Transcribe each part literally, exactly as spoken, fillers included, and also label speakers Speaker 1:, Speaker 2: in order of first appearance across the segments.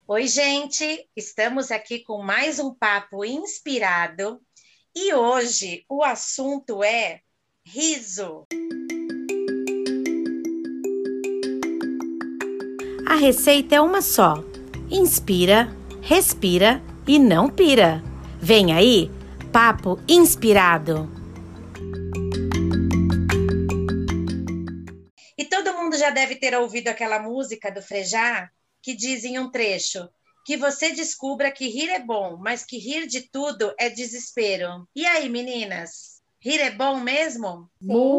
Speaker 1: Oi, gente! Estamos aqui com mais um papo inspirado e hoje o assunto é riso.
Speaker 2: A receita é uma só. Inspira, respira e não pira. Vem aí, papo inspirado.
Speaker 1: E todo mundo já deve ter ouvido aquela música do Frejá que diz em um trecho que você descubra que rir é bom, mas que rir de tudo é desespero. E aí, meninas? Rir é bom mesmo?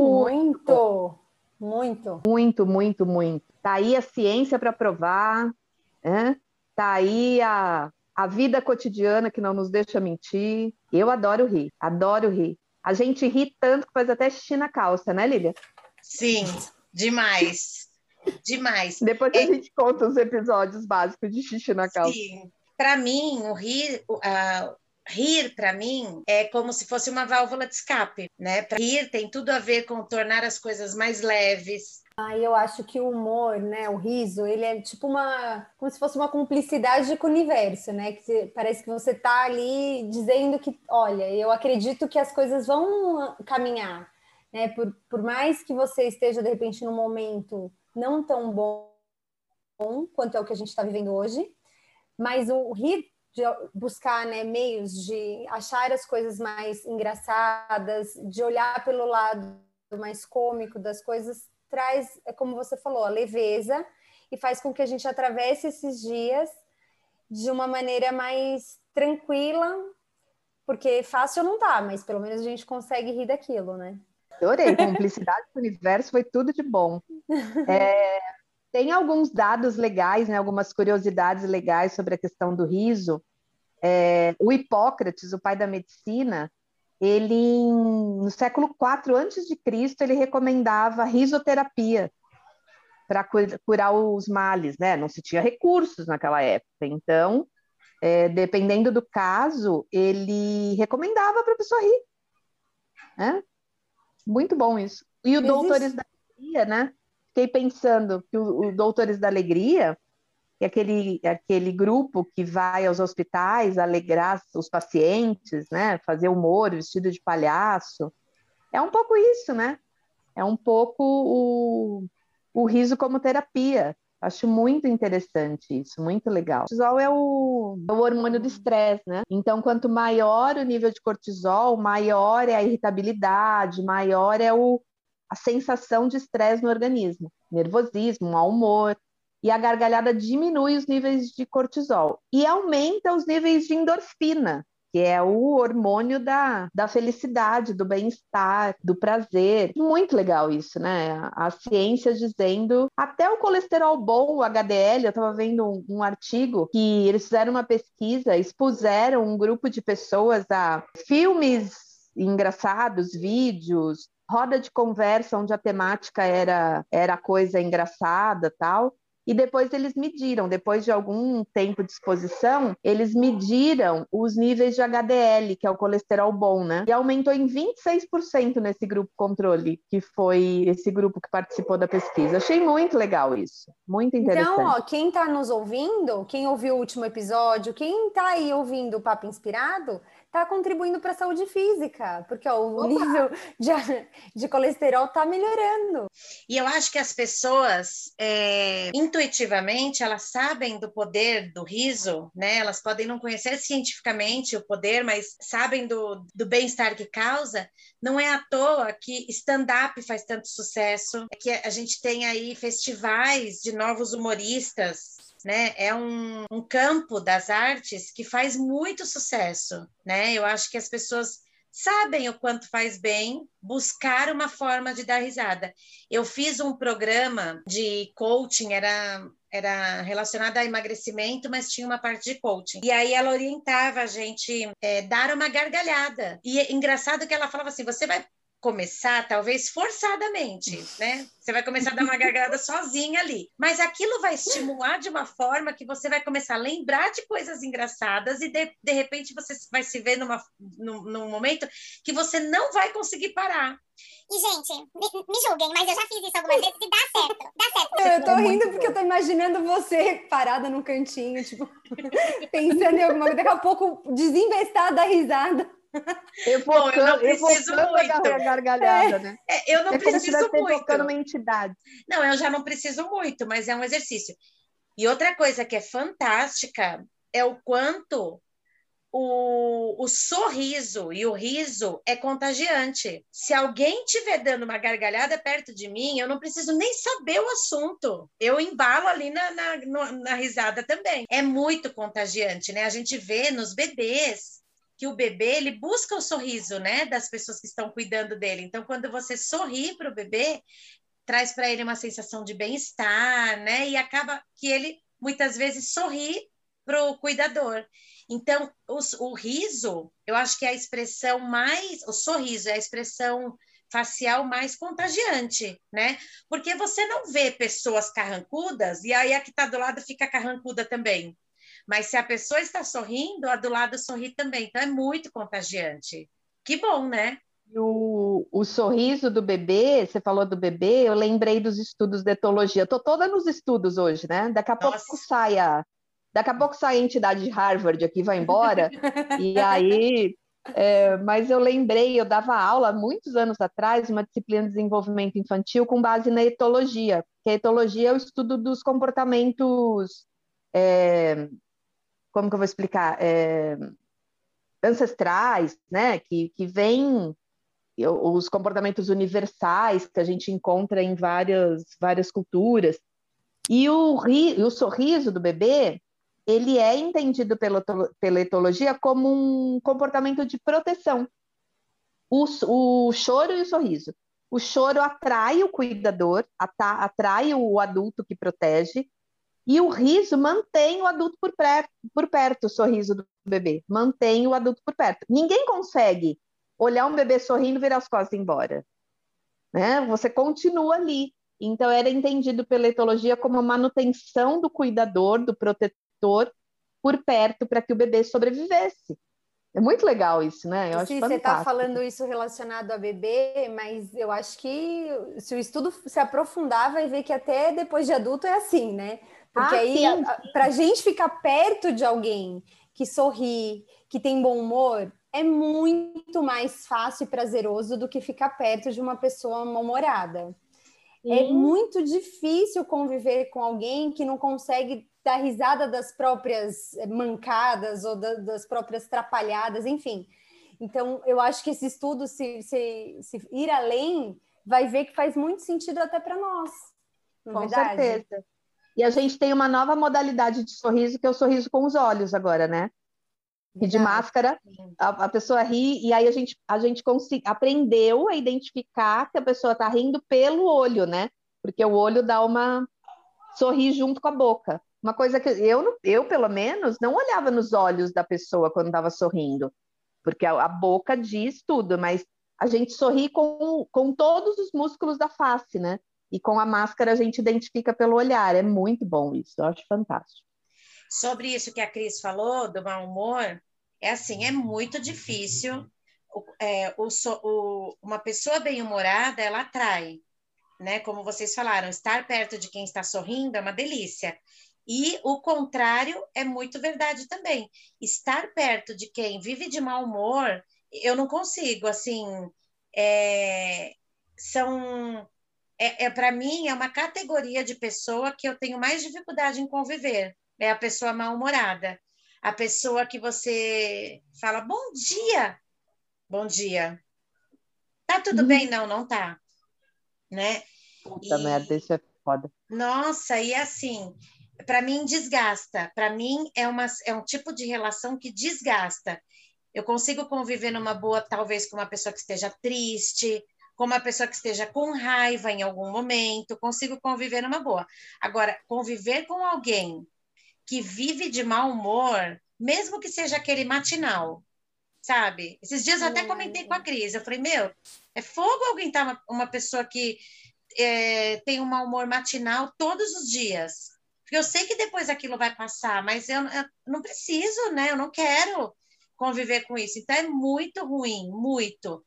Speaker 3: Muito, muito.
Speaker 4: Muito, muito, muito. Tá aí a ciência para provar, né? Tá aí a, a vida cotidiana que não nos deixa mentir. Eu adoro rir, adoro rir. A gente ri tanto que faz até xixi na calça, né, Lívia?
Speaker 1: Sim, demais. Demais.
Speaker 4: Depois
Speaker 1: É,
Speaker 4: a gente conta os episódios básicos de xixi na calça.
Speaker 1: sim. Para mim, o rir, o- a- rir para mim é como se fosse uma válvula de escape, né? Pra rir tem tudo a ver com tornar as coisas mais leves.
Speaker 3: Aí eu acho que o humor, né, o riso, ele é tipo uma, como se fosse uma cumplicidade com o universo, né? Que você- parece que você tá ali dizendo que, olha, eu acredito que as coisas vão caminhar, né? Por, por mais que você esteja de repente num momento não tão bom quanto é o que a gente está vivendo hoje, mas o rir de buscar, né, meios de achar as coisas mais engraçadas, de olhar pelo lado mais cômico das coisas, traz, é como você falou, a leveza e faz com que a gente atravesse esses dias de uma maneira mais tranquila, porque fácil não tá, mas pelo menos a gente consegue rir daquilo, né?
Speaker 4: Adorei. Cumplicidade com o universo foi tudo de bom. É, tem alguns dados legais, né, algumas curiosidades legais sobre a questão do riso. É, o Hipócrates, o pai da medicina, ele, no século quatro antes de Cristo, ele recomendava risoterapia para curar os males, né? Não se tinha recursos naquela época. Então, é, dependendo do caso, ele recomendava para a pessoa rir, né? Muito bom isso. E o Doutores
Speaker 3: Existe.
Speaker 4: da Alegria, né? Fiquei pensando que o, o Doutores da Alegria é aquele, aquele grupo que vai aos hospitais alegrar os pacientes, né? Fazer humor, vestido de palhaço. É um pouco isso, né? É um pouco o, o riso como terapia. Acho muito interessante isso, muito legal. O cortisol é o, é o hormônio do estresse, né? Então, quanto maior o nível de cortisol, maior é a irritabilidade, maior é o, a sensação de estresse no organismo, nervosismo, mau humor. E a gargalhada diminui os níveis de cortisol e aumenta os níveis de endorfina, que é o hormônio da, da felicidade, do bem-estar, do prazer. Muito legal isso, né? A, a ciência dizendo, até o colesterol bom, o H D L, eu estava vendo um, um artigo que eles fizeram uma pesquisa, expuseram um grupo de pessoas a filmes engraçados, vídeos, roda de conversa onde a temática era, era coisa engraçada, tal. E depois eles mediram, depois de algum tempo de exposição, eles mediram os níveis de H D L, que é o colesterol bom, né? E aumentou em vinte e seis por cento nesse grupo controle, que foi esse grupo que participou da pesquisa. Achei muito legal isso, muito interessante.
Speaker 3: Então, ó, quem está nos ouvindo, quem ouviu o último episódio, quem está aí ouvindo o Papo Inspirado, está contribuindo para a saúde física, porque ó, o
Speaker 4: Opa!
Speaker 3: nível de, de colesterol está melhorando.
Speaker 1: E eu acho que as pessoas, é, intuitivamente, elas sabem do poder do riso, né? Elas podem não conhecer cientificamente o poder, mas sabem do, do bem-estar que causa. Não é à toa que stand-up faz tanto sucesso, é que a gente tem aí festivais de novos humoristas, né? É um, um campo das artes que faz muito sucesso, né? Eu acho que as pessoas sabem o quanto faz bem buscar uma forma de dar risada. Eu fiz um programa de coaching, era, era relacionado a emagrecimento, mas tinha uma parte de coaching. E aí ela orientava a gente é, dar uma gargalhada. E é engraçado que ela falava assim, você vai começar, talvez forçadamente, né? Você vai começar a dar uma gargalhada sozinha ali. Mas aquilo vai estimular de uma forma que você vai começar a lembrar de coisas engraçadas e, de, de repente, você vai se ver numa, num, num momento que você não vai conseguir parar.
Speaker 5: E, gente, me, me julguem, mas eu já fiz isso algumas vezes e dá certo. Dá certo.
Speaker 3: Eu tô rindo porque eu tô imaginando você parada num cantinho, tipo, pensando em alguma coisa. Daqui a pouco, desinvestar da risada.
Speaker 4: Evocando,
Speaker 1: Bom, eu não preciso
Speaker 4: evocando
Speaker 1: muito.
Speaker 4: a gargalhada, é, né?
Speaker 1: É, eu não
Speaker 4: é
Speaker 1: preciso
Speaker 4: como se
Speaker 1: muito.
Speaker 4: evocando uma entidade.
Speaker 1: Não, eu já não preciso muito, mas é um exercício. E outra coisa que é fantástica é o quanto o, o sorriso e o riso é contagiante. Se alguém estiver dando uma gargalhada perto de mim, eu não preciso nem saber o assunto. Eu embalo ali na, na, na, na risada também. É muito contagiante, né? A gente vê nos bebês que o bebê, ele busca o sorriso, né, das pessoas que estão cuidando dele. Então, quando você sorri para o bebê, traz para ele uma sensação de bem-estar, né, e acaba que ele, muitas vezes, sorri para o cuidador. Então, o, o riso, eu acho que é a expressão mais... O sorriso é a expressão facial mais contagiante, né? Porque você não vê pessoas carrancudas e aí a que está do lado fica carrancuda também. Mas se a pessoa está sorrindo, a do lado sorri também. Então, é muito contagiante. Que bom, né?
Speaker 4: O, o sorriso do bebê, você falou do bebê, eu lembrei dos estudos de etologia. Estou toda nos estudos hoje, né? Daqui a
Speaker 1: Nossa.
Speaker 4: pouco sai a, daqui a pouco sai a entidade de Harvard aqui, vai embora. E aí... É, mas eu lembrei, eu dava aula muitos anos atrás, uma disciplina de desenvolvimento infantil com base na etologia, que a etologia é o estudo dos comportamentos... É, como que eu vou explicar? É, ancestrais, né? Que, que vêm os comportamentos universais que a gente encontra em várias, várias culturas. E o, ri, o sorriso do bebê, ele é entendido pela, pela etologia como um comportamento de proteção. O, o choro e o sorriso. O choro atrai o cuidador, atrai o adulto que protege, e o riso mantém o adulto por perto, por perto, o sorriso do bebê. Mantém o adulto por perto. Ninguém consegue olhar um bebê sorrindo, virar as costas e ir embora. Né? Você continua ali. Então, era entendido pela etologia como a manutenção do cuidador, do protetor, por perto, para que o bebê sobrevivesse. É muito legal isso, né? Eu acho
Speaker 3: Sim,
Speaker 4: fantástico.
Speaker 3: você está falando isso relacionado a bebê, mas eu acho que se o estudo se aprofundar, vai ver que até depois de adulto é assim, né? Porque
Speaker 4: ah,
Speaker 3: aí, para a gente ficar perto de alguém que sorri, que tem bom humor, é muito mais fácil e prazeroso do que ficar perto de uma pessoa mal-humorada. É muito difícil conviver com alguém que não consegue dar risada das próprias mancadas ou da, das próprias trapalhadas, enfim. Então, eu acho que esse estudo, se, se, se ir além, vai ver que faz muito sentido até para nós. Não é
Speaker 4: com
Speaker 3: verdade?
Speaker 4: certeza. E a gente tem uma nova modalidade de sorriso, que é o sorriso com os olhos agora, né? E de máscara, a, a pessoa ri, e aí a gente, a gente consegui, aprendeu a identificar que a pessoa está rindo pelo olho, né? Porque o olho dá uma... sorri junto com a boca. Uma coisa que eu, eu pelo menos, não olhava nos olhos da pessoa quando estava sorrindo, porque a, a boca diz tudo, mas a gente sorri com, com todos os músculos da face, né? E com a máscara a gente identifica pelo olhar. É muito bom isso, eu acho fantástico.
Speaker 1: Sobre isso que a Cris falou, do mau humor, é assim, é muito difícil. O, é, o, o, uma pessoa bem-humorada, ela atrai, né? Como vocês falaram, estar perto de quem está sorrindo é uma delícia. E o contrário é muito verdade também. Estar perto de quem vive de mau humor, eu não consigo, assim, é, são... É, é, para mim, é uma categoria de pessoa que eu tenho mais dificuldade em conviver. É a pessoa mal-humorada. A pessoa que você fala, bom dia, bom dia. Tá tudo
Speaker 4: Uhum.
Speaker 1: bem? Não, não tá. Né?
Speaker 4: Puta
Speaker 1: e,
Speaker 4: merda, isso é foda.
Speaker 1: Nossa, e assim, para mim desgasta. Para mim é, uma, é um tipo de relação que desgasta. Eu consigo conviver numa boa, talvez com uma pessoa que esteja triste, com uma pessoa que esteja com raiva em algum momento, consigo conviver numa boa. Agora, conviver com alguém que vive de mau humor, mesmo que seja aquele matinal, sabe? Esses dias eu até
Speaker 3: Não é,
Speaker 1: comentei
Speaker 3: não
Speaker 1: com a
Speaker 3: é.
Speaker 1: Cris, eu falei, meu, é fogo aguentar uma, uma pessoa que é, tem um mau humor matinal todos os dias. Porque eu sei que depois aquilo vai passar, mas eu, eu não preciso, né? Eu não quero conviver com isso. Então é muito ruim, muito.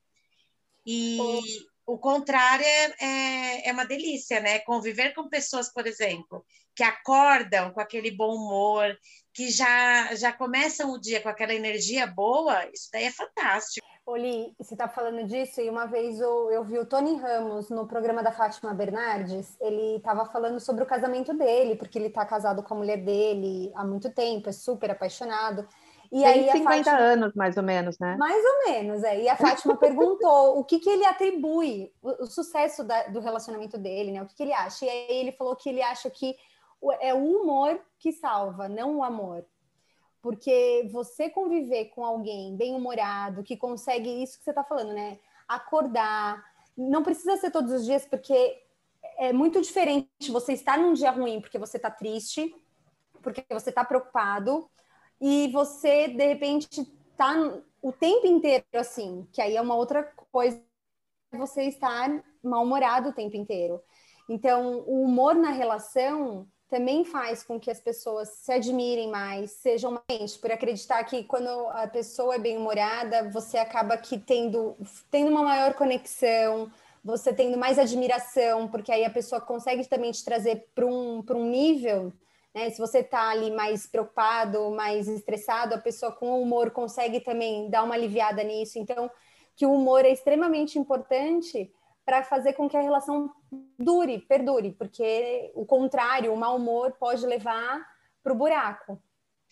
Speaker 1: E o contrário é, é, é uma delícia, né? Conviver com pessoas, por exemplo, que acordam com aquele bom humor, que já, já começam o dia com aquela energia boa, isso daí é fantástico.
Speaker 3: Oli, você está falando disso, e uma vez eu, eu vi o Tony Ramos no programa da Fátima Bernardes, ele estava falando sobre o casamento dele, porque ele está casado com a mulher dele há muito tempo, é super apaixonado. E
Speaker 4: Tem
Speaker 3: aí a
Speaker 4: cinquenta
Speaker 3: Fátima,
Speaker 4: anos, mais ou menos, né?
Speaker 3: mais ou menos, é. E a Fátima perguntou o que, que ele atribui o, o sucesso da, do relacionamento dele, né? O que, que ele acha? E aí ele falou que ele acha que o- é o humor que salva, não o amor. Porque você conviver com alguém bem-humorado, que consegue isso que você está falando, né? Acordar. Não precisa ser todos os dias, porque é muito diferente você estar num dia ruim porque você está triste, porque você está preocupado, e você, de repente, tá o tempo inteiro assim, que aí é uma outra coisa, você estar mal-humorado o tempo inteiro. Então, o humor na relação também faz com que as pessoas se admirem mais, sejam mais, por acreditar que quando a pessoa é bem-humorada, você acaba que tendo, tendo uma maior conexão, você tendo mais admiração, porque aí a pessoa consegue também te trazer para um, para um nível, né? Se você está ali mais preocupado, mais estressado, a pessoa com o humor consegue também dar uma aliviada nisso. Então, que o humor é extremamente importante para fazer com que a relação dure, perdure, porque o contrário, o mau humor pode levar para o buraco.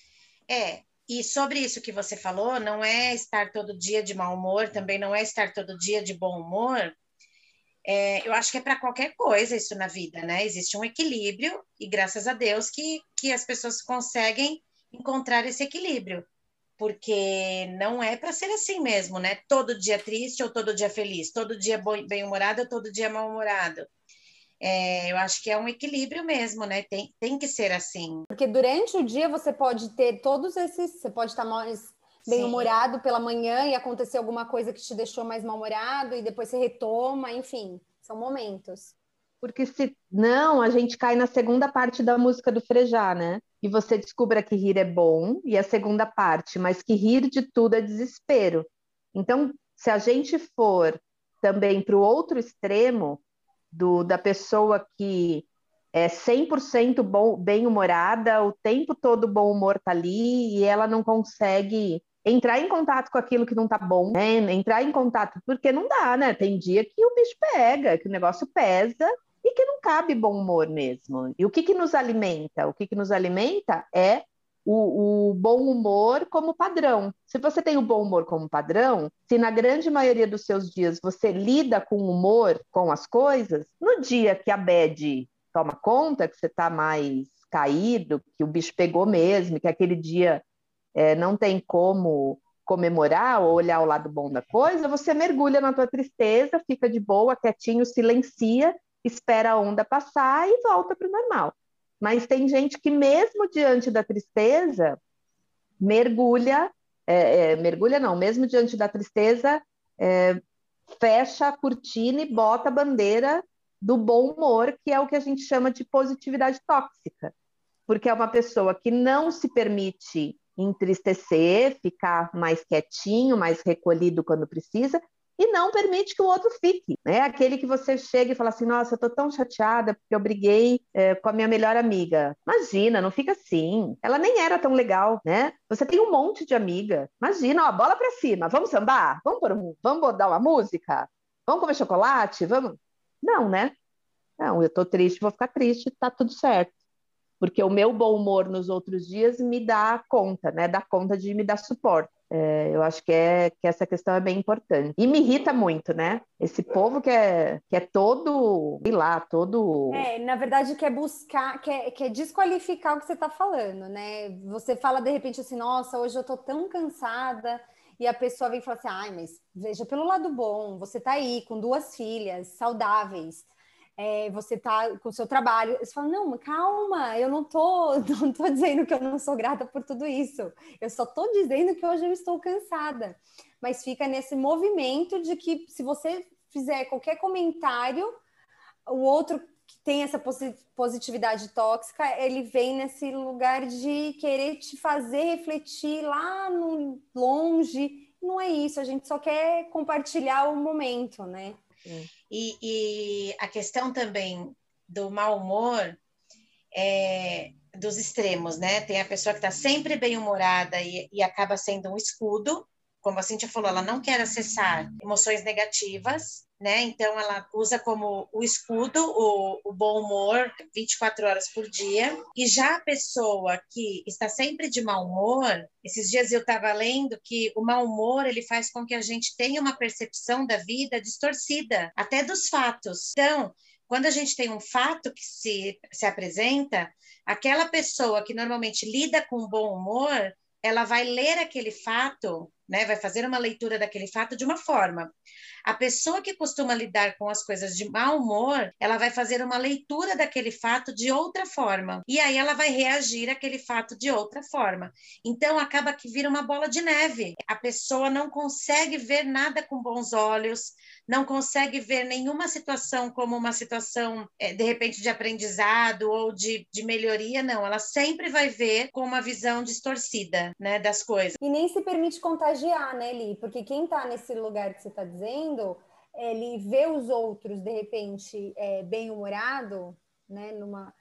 Speaker 1: É, e sobre isso que você falou, não é estar todo dia de mau humor, também não é estar todo dia de bom humor. É, eu acho que é para qualquer coisa isso na vida, né? Existe um equilíbrio e graças a Deus que, que as pessoas conseguem encontrar esse equilíbrio, porque não é para ser assim mesmo, né? Todo dia triste ou todo dia feliz, todo dia bem-humorado ou todo dia mal-humorado. É, eu acho que é um equilíbrio mesmo, né? Tem, tem que ser assim.
Speaker 3: Porque durante o dia você pode ter todos esses, você pode estar mais
Speaker 1: Sim,
Speaker 3: bem-humorado pela manhã e acontecer alguma coisa que te deixou mais mal-humorado e depois você retoma, enfim, são momentos.
Speaker 4: Porque se não, a gente cai na segunda parte da música do Frejá, né? E você descubra que rir é bom, e a segunda parte, mas que rir de tudo é desespero. Então, se a gente for também para o outro extremo, do, da pessoa que é cem por cento bom, bem-humorada, o tempo todo o bom humor tá ali, e ela não consegue entrar em contato com aquilo que não tá bom, né? Entrar em contato, porque não dá, né? Tem dia que o bicho pega, que o negócio pesa, e que não cabe bom humor mesmo. E o que que nos alimenta? O que que nos alimenta é o, o bom humor como padrão. Se você tem o bom humor como padrão, se na grande maioria dos seus dias você lida com humor, com as coisas, no dia que a bad toma conta, que você está mais caído, que o bicho pegou mesmo, que aquele dia é, não tem como comemorar ou olhar o lado bom da coisa, você mergulha na tua tristeza, fica de boa, quietinho, silencia, espera a onda passar e volta para o normal. Mas tem gente que mesmo diante da tristeza, mergulha, é, é, mergulha não, mesmo diante da tristeza, é, fecha a cortina e bota a bandeira do bom humor, que é o que a gente chama de positividade tóxica. Porque é uma pessoa que não se permite entristecer, ficar mais quietinho, mais recolhido quando precisa, e não permite que o outro fique, né? Aquele que você chega e fala assim, nossa, eu tô tão chateada porque eu briguei é, com a minha melhor amiga. Imagina, não fica assim. Ela nem era tão legal, né? Você tem um monte de amiga. Imagina, ó, bola pra cima, vamos sambar? Vamos, por um, vamos dar uma música? Vamos comer chocolate? Vamos? Não, né? Não, eu tô triste, vou ficar triste, tá tudo certo. Porque o meu bom humor nos outros dias me dá conta, né? Dá conta de me dar suporte. É, eu acho que, é, que essa questão é bem importante. E me irrita muito, né? Esse povo que é, que é todo, sei lá, todo...
Speaker 3: É, na verdade, quer buscar, quer, quer desqualificar o que você está falando, né? Você fala de repente assim, nossa, hoje eu tô tão cansada, e a pessoa vem e fala assim, ai, mas veja pelo lado bom, você tá aí com duas filhas saudáveis, é, você tá com o seu trabalho, você fala, não, calma, eu não tô, não tô dizendo que eu não sou grata por tudo isso, eu só tô dizendo que hoje eu estou cansada, mas fica nesse movimento de que se você fizer qualquer comentário, o outro que tem essa positividade tóxica, ele vem nesse lugar de querer te fazer refletir lá no longe. Não é isso, a gente só quer compartilhar o momento, né?
Speaker 1: E, e a questão também do mau humor é dos extremos, né? Tem a pessoa que está sempre bem-humorada e, e acaba sendo um escudo, como a Cíntia falou, ela não quer acessar emoções negativas, né? Então ela usa como o escudo o, o bom humor vinte e quatro horas por dia. E já a pessoa que está sempre de mau humor, esses dias eu estava lendo que o mau humor ele faz com que a gente tenha uma percepção da vida distorcida, até dos fatos. Então, quando a gente tem um fato que se, se apresenta, aquela pessoa que normalmente lida com bom humor, ela vai ler aquele fato, né, vai fazer uma leitura daquele fato de uma forma. A pessoa que costuma lidar com as coisas de mau humor, ela vai fazer uma leitura daquele fato de outra forma. E aí ela vai reagir àquele fato de outra forma. Então, acaba que vira uma bola de neve. A pessoa não consegue ver nada com bons olhos, não consegue ver nenhuma situação como uma situação, de repente, de aprendizado ou de, de melhoria, não. Ela sempre vai ver com uma visão distorcida, né, das coisas.
Speaker 3: E nem se permite contagiar, né, Li? Porque quem está nesse lugar que você está dizendo, ele vê os outros, de repente, é, bem-humorado, né, numa...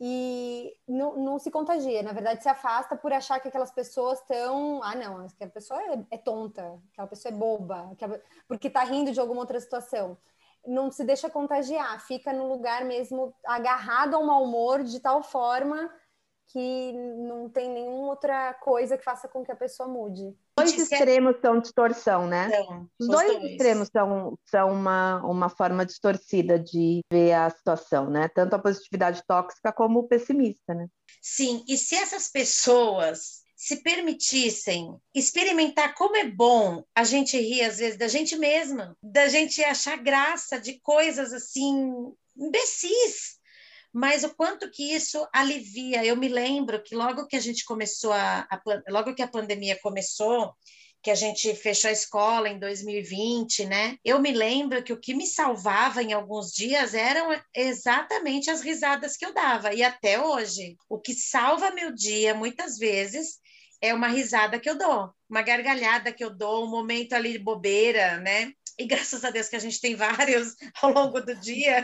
Speaker 3: e não, não se contagia. Na verdade, se afasta por achar que aquelas pessoas estão... Ah, não, aquela pessoa é, é tonta, aquela pessoa é boba, aquela... porque está rindo de alguma outra situação. Não se deixa contagiar, fica no lugar mesmo agarrado ao mau humor de tal forma que não tem nenhuma outra coisa que faça com que a pessoa mude.
Speaker 4: Os dois extremos são distorção, né?
Speaker 1: Então,
Speaker 4: os, os dois, dois extremos são, são uma, uma forma distorcida de ver a situação, né? Tanto a positividade tóxica como o pessimista, né?
Speaker 1: Sim, e se essas pessoas se permitissem experimentar como é bom a gente rir, às vezes, da gente mesma, da gente achar graça de coisas, assim, imbecis, mas o quanto que isso alivia. Eu me lembro que logo que a gente começou, a, a logo que a pandemia começou, que a gente fechou a escola em dois mil e vinte, né? Eu me lembro que o que me salvava em alguns dias eram exatamente as risadas que eu dava, e até hoje. O que salva meu dia, muitas vezes, é uma risada que eu dou, uma gargalhada que eu dou, um momento ali de bobeira, né? E graças a Deus que a gente tem vários ao longo do dia.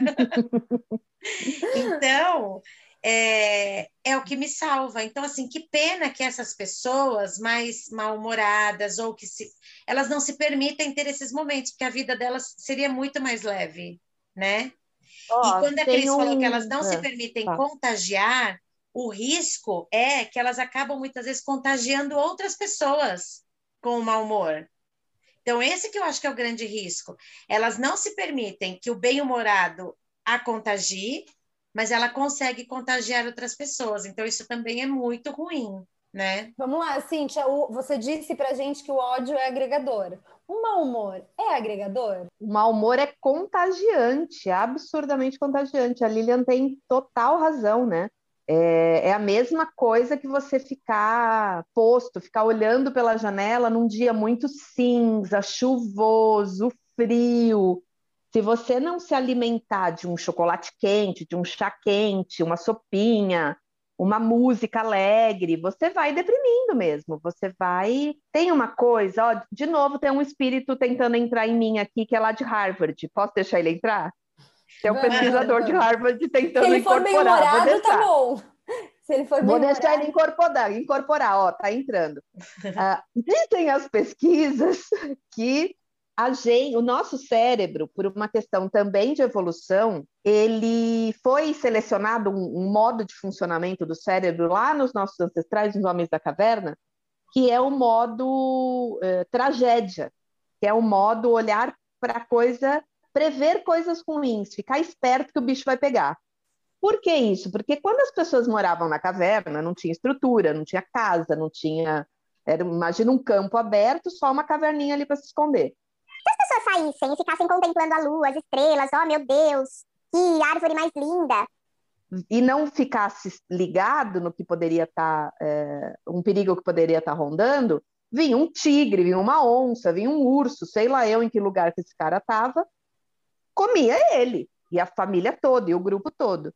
Speaker 1: Então, é, é o que me salva. Então, assim, que pena que essas pessoas mais mal-humoradas ou que se, elas não se permitem ter esses momentos, porque a vida delas seria muito mais leve, né? Oh, e quando a Cris um... falou que elas não é, se permitem tá. contagiar, o risco é que elas acabam muitas vezes contagiando outras pessoas com o mau humor. Então, esse que eu acho que é o grande risco. Elas não se permitem que o bem-humorado a contagie, mas ela consegue contagiar outras pessoas. Então, isso também é muito ruim, né?
Speaker 3: Vamos lá, Cíntia, você disse pra gente que o ódio é agregador. O mau humor é agregador?
Speaker 4: O mau humor é contagiante, absurdamente contagiante. A Lilian tem total razão, né? É, é a mesma coisa que você ficar posto, ficar olhando pela janela num dia muito cinza, chuvoso, frio. Se você não se alimentar de um chocolate quente, de um chá quente, uma sopinha, uma música alegre, você vai deprimindo mesmo. Você vai... Tem uma coisa, ó, de novo tem um espírito tentando entrar em mim aqui, que é lá de Harvard. Posso deixar ele entrar? É um pesquisador de Harvard tentando incorporar. Se ele for bem
Speaker 3: humorado, tá bom. Se ele for bem
Speaker 4: Vou deixar ele incorporar, incorporar, ó, tá entrando. Uh, dizem as pesquisas que a gente, o nosso cérebro, por uma questão também de evolução, ele foi selecionado um, um modo de funcionamento do cérebro lá nos nossos ancestrais, nos homens da caverna, que é o modo uh, tragédia, que é o modo olhar para a coisa, prever coisas ruins, ficar esperto que o bicho vai pegar. Por que isso? Porque quando as pessoas moravam na caverna, não tinha estrutura, não tinha casa, não tinha... Era, imagina um campo aberto, só uma caverninha ali para se esconder.
Speaker 5: Se as pessoas saíssem e ficassem contemplando a lua, as estrelas, oh meu Deus, Que árvore mais linda.
Speaker 4: E não ficasse ligado no que poderia estar, é, um perigo que poderia estar rondando, vinha um tigre, vinha uma onça, vinha um urso, sei lá eu em que lugar que esse cara estava, comia ele, e a família toda, e o grupo todo.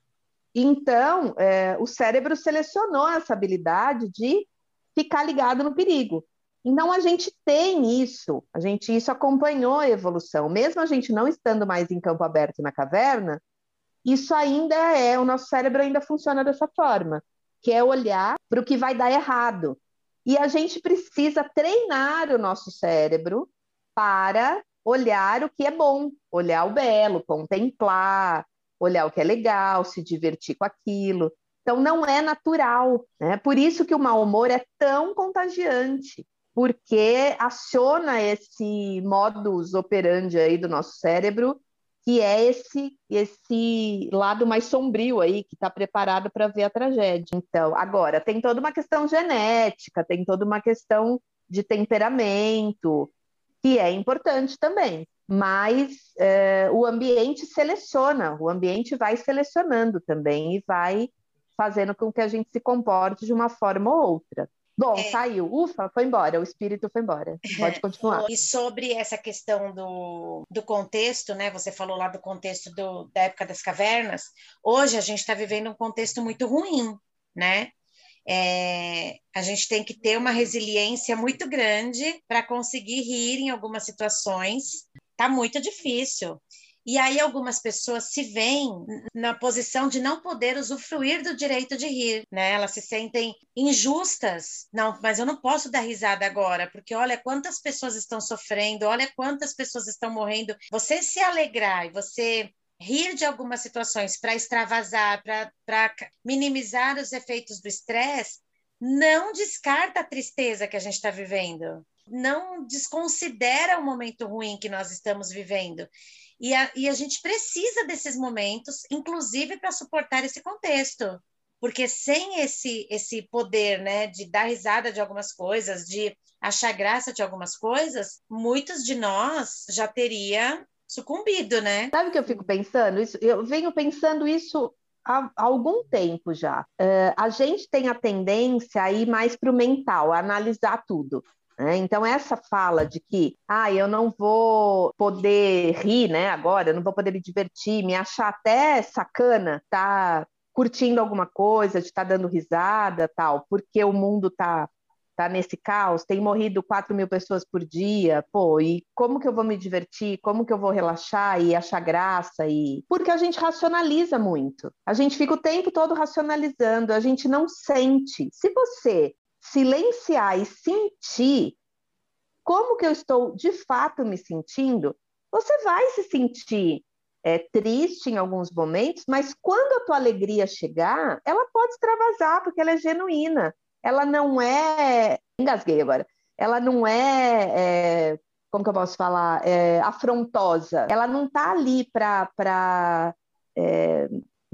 Speaker 4: Então, é, o cérebro selecionou essa habilidade de ficar ligado no perigo. Então, a gente tem isso, a gente isso acompanhou a evolução. Mesmo a gente não estando mais em campo aberto na caverna, isso ainda é, o nosso cérebro ainda funciona dessa forma, que é olhar para o que vai dar errado. E a gente precisa treinar o nosso cérebro para olhar o que é bom, olhar o belo, contemplar, olhar o que é legal, se divertir com aquilo. Então, não é natural, né? Por isso que o mau humor é tão contagiante, porque aciona esse modus operandi aí do nosso cérebro, que é esse, esse lado mais sombrio aí, que está preparado para ver a tragédia. Então, agora, tem toda uma questão genética, tem toda uma questão de temperamento, que é importante também, mas é, o ambiente seleciona, o ambiente vai selecionando também e vai fazendo com que a gente se comporte de uma forma ou outra. Bom, é. Saiu. Ufa, foi embora. O espírito foi embora. Pode continuar.
Speaker 1: E sobre essa questão do, do contexto, né? Você falou lá do contexto do, da época das cavernas. Hoje a gente está vivendo um contexto muito ruim, né? É, a gente tem que ter uma resiliência muito grande para conseguir rir em algumas situações. Tá muito difícil. E aí algumas pessoas se veem na posição de não poder usufruir do direito de rir, né? Elas se sentem injustas. Não, mas eu não posso dar risada agora, porque olha quantas pessoas estão sofrendo, olha quantas pessoas estão morrendo. Você se alegrar e você rir de algumas situações para extravasar, para minimizar os efeitos do estresse, não descarta a tristeza que a gente está vivendo. Não desconsidera o momento ruim que nós estamos vivendo. E a, e a gente precisa desses momentos, inclusive para suportar esse contexto, porque sem esse, esse poder, né, de dar risada de algumas coisas, de achar graça de algumas coisas, muitos de nós já teria sucumbido, né?
Speaker 4: Sabe o que eu fico pensando? Isso, eu venho pensando isso há, há algum tempo já. Uh, a gente tem a tendência a ir mais para o mental, a analisar tudo. Então, essa fala de que ah, eu não vou poder rir, né, agora, eu não vou poder me divertir, me achar até sacana, tá curtindo alguma coisa, de estar tá dando risada, tal, porque o mundo tá, tá nesse caos, tem morrido quatro mil pessoas por dia, pô, e como que eu vou me divertir, como que eu vou relaxar e achar graça? E... Porque a gente racionaliza muito, a gente fica o tempo todo racionalizando, a gente não sente. Se você silenciar e sentir como que eu estou de fato me sentindo, você vai se sentir é, triste em alguns momentos, mas quando a tua alegria chegar, ela pode extravasar, porque ela é genuína. Ela não é... Engasguei agora. Ela não é... é como que eu posso falar? É, afrontosa. Ela não está ali para é,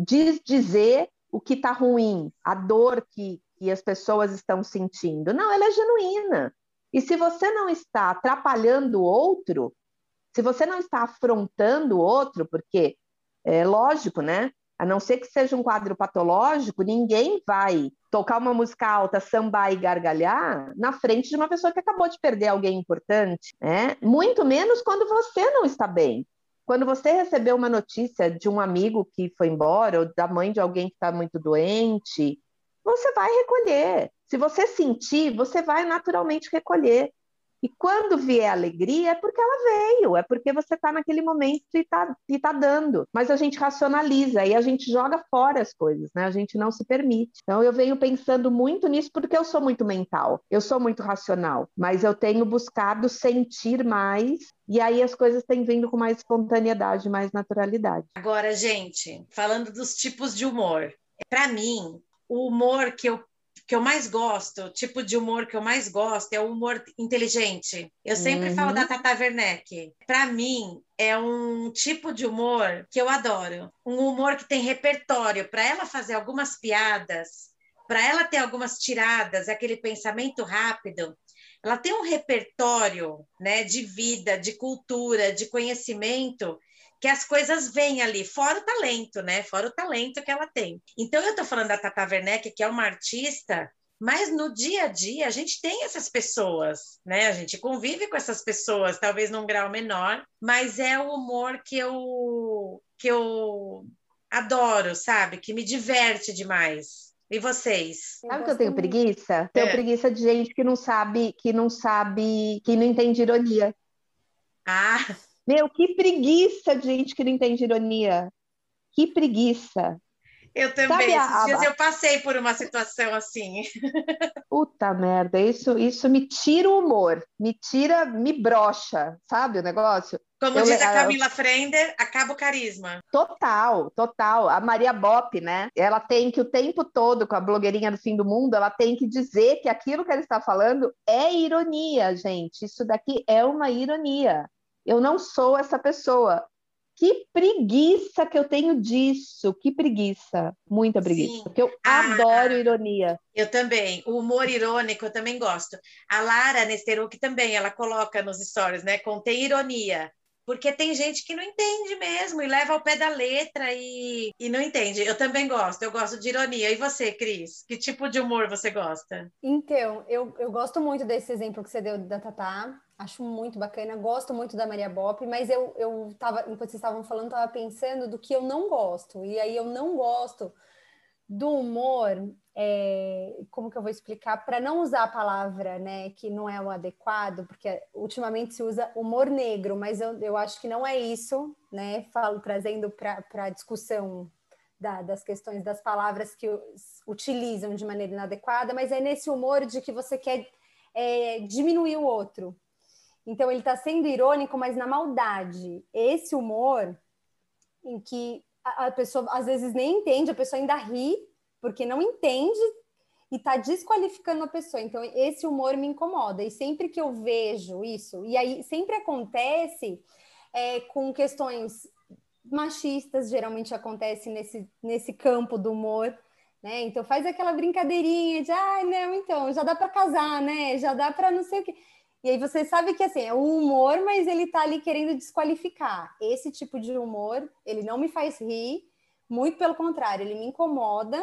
Speaker 4: dizer o que está ruim, a dor que que as pessoas estão sentindo. Não, ela é genuína. E se você não está atrapalhando o outro, se você não está afrontando o outro, porque é lógico, né? A não ser que seja um quadro patológico, ninguém vai tocar uma música alta, sambar e gargalhar na frente de uma pessoa que acabou de perder alguém importante, né? Muito menos quando você não está bem. Quando você recebeu uma notícia de um amigo que foi embora, ou da mãe de alguém que está muito doente, você vai recolher. Se você sentir, você vai naturalmente recolher. E quando vier a alegria, é porque ela veio, é porque você está naquele momento e está e tá dando. Mas a gente racionaliza e a gente joga fora as coisas, né? A gente não se permite. Então eu venho pensando muito nisso porque eu sou muito mental, eu sou muito racional, mas eu tenho buscado sentir mais e aí as coisas têm vindo com mais espontaneidade, mais naturalidade.
Speaker 1: Agora, gente, falando dos tipos de humor, para mim, o humor que eu, que eu mais gosto, o tipo de humor que eu mais gosto é o humor inteligente. Eu sempre uhum. falo da Tata Werneck. Para mim, é um tipo de humor que eu adoro. Um humor que tem repertório. Para ela fazer algumas piadas, para ela ter algumas tiradas, aquele pensamento rápido, ela tem um repertório, né, de vida, de cultura, de conhecimento, que as coisas vêm ali, fora o talento, né? Fora o talento que ela tem. Então, eu tô falando da Tata Werneck, que é uma artista, mas no dia a dia a gente tem essas pessoas, né? A gente convive com essas pessoas, talvez num grau menor, mas é o humor que eu, que eu adoro, sabe? Que me diverte demais. E vocês?
Speaker 3: Eu
Speaker 4: Sabe que eu
Speaker 3: gosto
Speaker 4: tenho
Speaker 3: muito.
Speaker 4: preguiça? Tenho
Speaker 1: É.
Speaker 4: preguiça de gente que não sabe, que não sabe, que não entende ironia.
Speaker 1: Ah,
Speaker 4: Meu, que preguiça de gente que não entende ironia. Que preguiça.
Speaker 1: eu
Speaker 4: Sabe
Speaker 1: também.
Speaker 4: a,
Speaker 1: Esses dias
Speaker 4: a, a-
Speaker 1: eu passei por uma situação assim.
Speaker 4: Puta merda, isso, isso me tira o humor, me tira, me brocha, sabe o negócio?
Speaker 1: Como
Speaker 4: Eu, le-
Speaker 1: diz a
Speaker 4: a-
Speaker 1: Camila Frender, acaba o carisma.
Speaker 4: Total, total. A Maria Bopp, né? Ela tem que o tempo todo, com a blogueirinha do fim do mundo, ela tem que dizer que aquilo que ela está falando é ironia, gente. Isso daqui é uma ironia. Eu não sou essa pessoa. Que preguiça que eu tenho disso, que preguiça, muita preguiça,
Speaker 1: Sim.
Speaker 4: porque eu adoro ironia.
Speaker 1: Eu também. O humor irônico eu também gosto. A Lara Nesteruk também, ela coloca nos stories, né? Contém ironia. Porque tem gente que não entende mesmo e leva ao pé da letra e, e não entende. Eu também gosto, eu gosto de ironia. E você, Cris? Que tipo de humor você gosta?
Speaker 3: Então, eu, eu gosto muito desse exemplo que você deu da Tatá, acho muito bacana, gosto muito da Maria Bopp, mas eu, eu tava, enquanto vocês estavam falando, tava pensando do que eu não gosto, e aí eu não gosto do humor, é, como que eu vou explicar, para não usar a palavra, né, que não é o adequado, porque ultimamente se usa humor negro, mas eu, eu acho que não é isso, né, falo, trazendo para a discussão da, das questões das palavras que utilizam de maneira inadequada, mas é nesse humor de que você quer é, diminuir o outro. Então ele está sendo irônico, mas na maldade. Esse humor em que a, a pessoa às vezes nem entende, a pessoa ainda ri, porque não entende e está desqualificando a pessoa. Então esse humor me incomoda. E sempre que eu vejo isso, e aí sempre acontece é, com questões machistas, geralmente acontece nesse, nesse campo do humor, né? Então faz aquela brincadeirinha de, ah, não, então, já dá para casar, né? Já dá para não sei o quê. E aí você sabe que, assim, é o humor, mas ele tá ali querendo desqualificar. Esse tipo de humor, ele não me faz rir, muito pelo contrário, ele me incomoda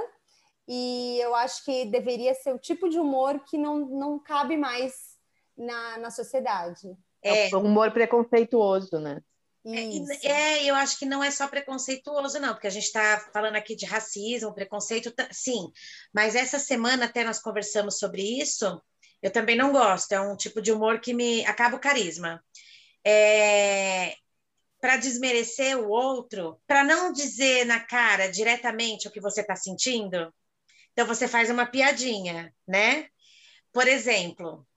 Speaker 3: e eu acho que deveria ser o tipo de humor que não, não cabe mais na, na sociedade.
Speaker 1: É,
Speaker 4: É o humor preconceituoso, né?
Speaker 3: Isso.
Speaker 1: É, eu acho que não é só preconceituoso, não, porque a gente está falando aqui de racismo, preconceito, sim, mas essa semana até nós conversamos sobre isso, eu também não gosto, é um tipo de humor que me acaba o carisma. É, para desmerecer o outro, para não dizer na cara diretamente o que você está sentindo, então você faz uma piadinha, né? Por exemplo,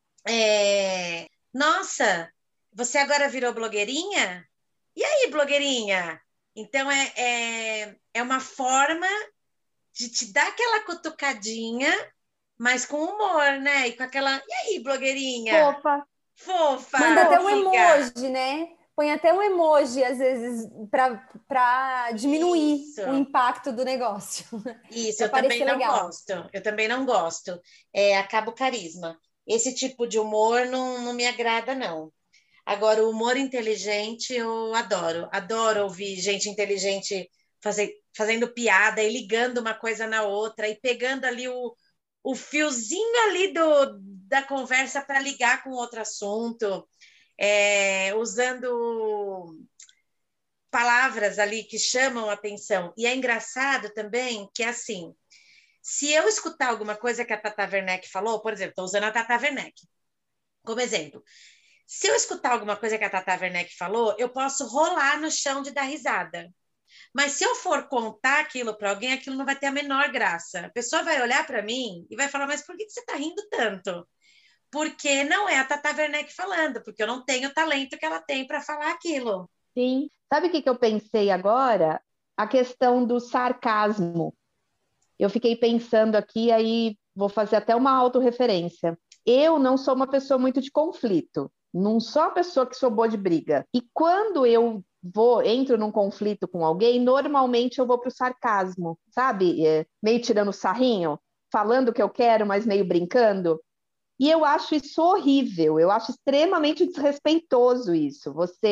Speaker 1: é, nossa, você agora virou blogueirinha? E aí, blogueirinha? Então, é, é, é uma forma de te dar aquela cutucadinha, mas com humor, né? E com aquela. E aí, blogueirinha?
Speaker 4: Fofa.
Speaker 1: Fofa,
Speaker 3: Manda até um
Speaker 1: amiga.
Speaker 3: emoji, né? Põe até um emoji, às vezes, para diminuir
Speaker 1: Isso.
Speaker 3: o impacto do negócio.
Speaker 1: Isso,
Speaker 3: Para
Speaker 1: eu também
Speaker 3: parecer
Speaker 1: não
Speaker 3: legal.
Speaker 1: gosto. Eu também não gosto. É, acaba o carisma. Esse tipo de humor não, não me agrada, não. Agora, o humor inteligente eu adoro. Adoro ouvir gente inteligente fazer, fazendo piada e ligando uma coisa na outra e pegando ali o, o fiozinho ali do, da conversa para ligar com outro assunto, é, usando palavras ali que chamam a atenção. E é engraçado também que, assim, se eu escutar alguma coisa que a Tata Werneck falou, por exemplo, estou usando a Tata Werneck como exemplo. Se eu escutar alguma coisa que a Tata Werneck falou, eu posso rolar no chão de dar risada. Mas se eu for contar aquilo para alguém, aquilo não vai ter a menor graça. A pessoa vai olhar para mim e vai falar, mas por que você está rindo tanto? Porque não é a Tata Werneck falando, porque eu não tenho o talento que ela tem para falar aquilo.
Speaker 4: Sim. Sabe o que que eu pensei agora? A questão do sarcasmo. Eu fiquei pensando aqui, aí vou fazer até uma autorreferência. Eu não sou uma pessoa muito de conflito. Não sou uma pessoa que sou boa de briga. E quando eu vou, entro num conflito com alguém, normalmente eu vou para o sarcasmo, sabe? É, meio tirando sarrinho, falando o que eu quero, mas meio brincando. E eu acho isso horrível. Eu acho extremamente desrespeitoso isso. Você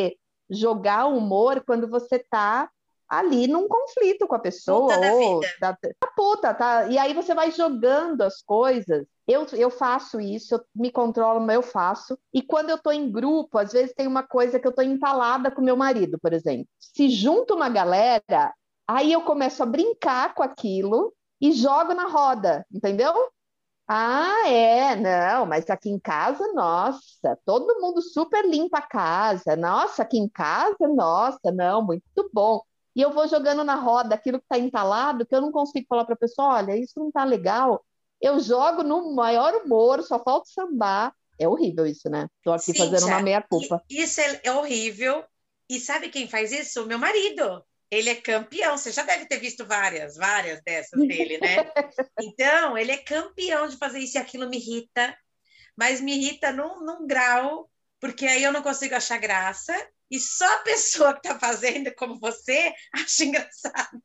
Speaker 4: jogar humor quando você tá ali num conflito com a pessoa,
Speaker 1: Puta da
Speaker 4: ou
Speaker 1: vida.
Speaker 4: tá, tá puta, tá? E aí você vai jogando as coisas. Eu, eu faço isso, eu me controlo, mas eu faço. E quando eu tô em grupo, às vezes tem uma coisa que eu tô entalada com meu marido, por exemplo. Se junta uma galera, aí eu começo a brincar com aquilo e jogo na roda, entendeu? Ah, é, não, mas aqui em casa, nossa, todo mundo super limpa a casa. Nossa, aqui em casa, nossa, não, muito bom. E eu vou jogando na roda aquilo que está entalado, que eu não consigo falar para a pessoa, olha, isso não está legal. Eu jogo no maior humor, só falta sambar. É horrível isso, né? Estou aqui fazendo uma
Speaker 1: Cíntia,
Speaker 4: meia-culpa.
Speaker 1: e- isso é, é horrível. E sabe quem faz isso? O meu marido. Ele é campeão. Você já deve ter visto várias, várias dessas dele, né? Então, ele é campeão de fazer isso e aquilo me irrita, mas me irrita num, num grau, porque aí eu não consigo achar graça e só a pessoa que está fazendo como você acha engraçado.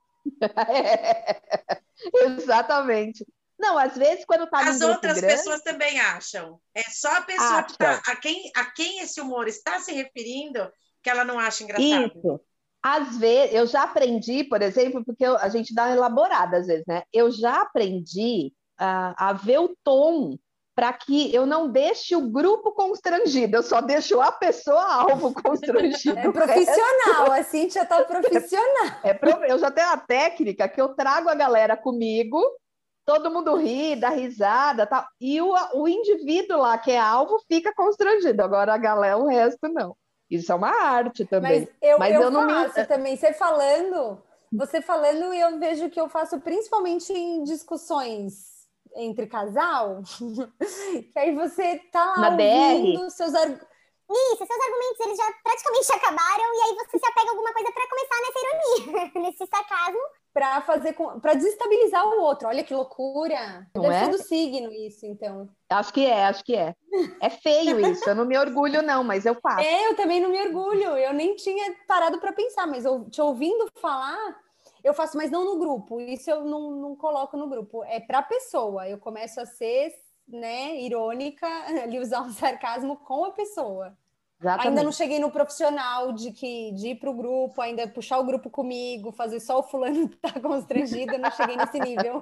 Speaker 4: É, exatamente. Não, às vezes quando tá num
Speaker 1: As
Speaker 4: grupo
Speaker 1: outras
Speaker 4: grande,
Speaker 1: pessoas também acham. É só a pessoa que está,
Speaker 4: acham.
Speaker 1: a quem, a quem esse humor está se referindo, que ela não acha engraçado.
Speaker 4: Isso. Às vezes, eu já aprendi, por exemplo, porque eu- a gente dá uma elaborada às vezes, né? Eu já aprendi a, a ver o tom para que eu não deixe o grupo constrangido, eu só deixo a pessoa alvo constrangido.
Speaker 3: É
Speaker 4: O resto
Speaker 3: profissional, a Cíntia tá profissional.
Speaker 4: é pro- eu já tenho a técnica que eu trago a galera comigo, todo mundo ri, dá risada, tal, e o, o indivíduo lá que é alvo fica constrangido. Agora a galera, o resto não. Isso é uma arte
Speaker 3: Mas
Speaker 4: também.
Speaker 3: eu,
Speaker 4: Mas
Speaker 3: eu
Speaker 4: eu não me.
Speaker 3: faço também. Você falando, você falando, eu vejo que eu faço principalmente em discussões entre casal, que aí você tá lá
Speaker 4: Na D R,
Speaker 3: ouvindo seus argumentos.
Speaker 5: Isso, seus argumentos eles já praticamente acabaram e aí você se apega a alguma coisa pra começar nessa ironia, nesse sarcasmo.
Speaker 3: Para fazer para desestabilizar o outro. Olha que loucura.
Speaker 4: não
Speaker 3: Deve
Speaker 4: é?
Speaker 3: ser do signo isso, então.
Speaker 4: Acho que é, acho que é. É feio isso, eu não me orgulho, não, mas eu faço.
Speaker 3: É, eu também não me orgulho. Eu nem tinha parado para pensar, mas eu, te ouvindo falar, eu faço, mas não no grupo. Isso eu não, não coloco no grupo. É para a pessoa. Eu começo a ser, né, irônica, ali usar um sarcasmo com a pessoa.
Speaker 4: Exatamente.
Speaker 3: Ainda não cheguei no profissional de que de ir para o grupo, ainda puxar o grupo comigo, fazer só o fulano tá constrangido, eu não cheguei nesse nível.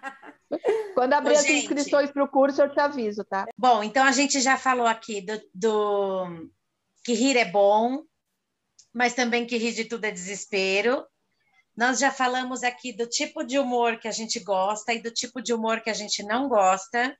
Speaker 4: Quando abrir
Speaker 1: Ô,
Speaker 4: as
Speaker 1: gente.
Speaker 4: inscrições para o curso, eu te aviso, tá?
Speaker 1: Bom, então a gente já falou aqui do, do que rir é bom, mas também que rir de tudo é desespero. Nós já falamos aqui do tipo de humor que a gente gosta e do tipo de humor que a gente não gosta.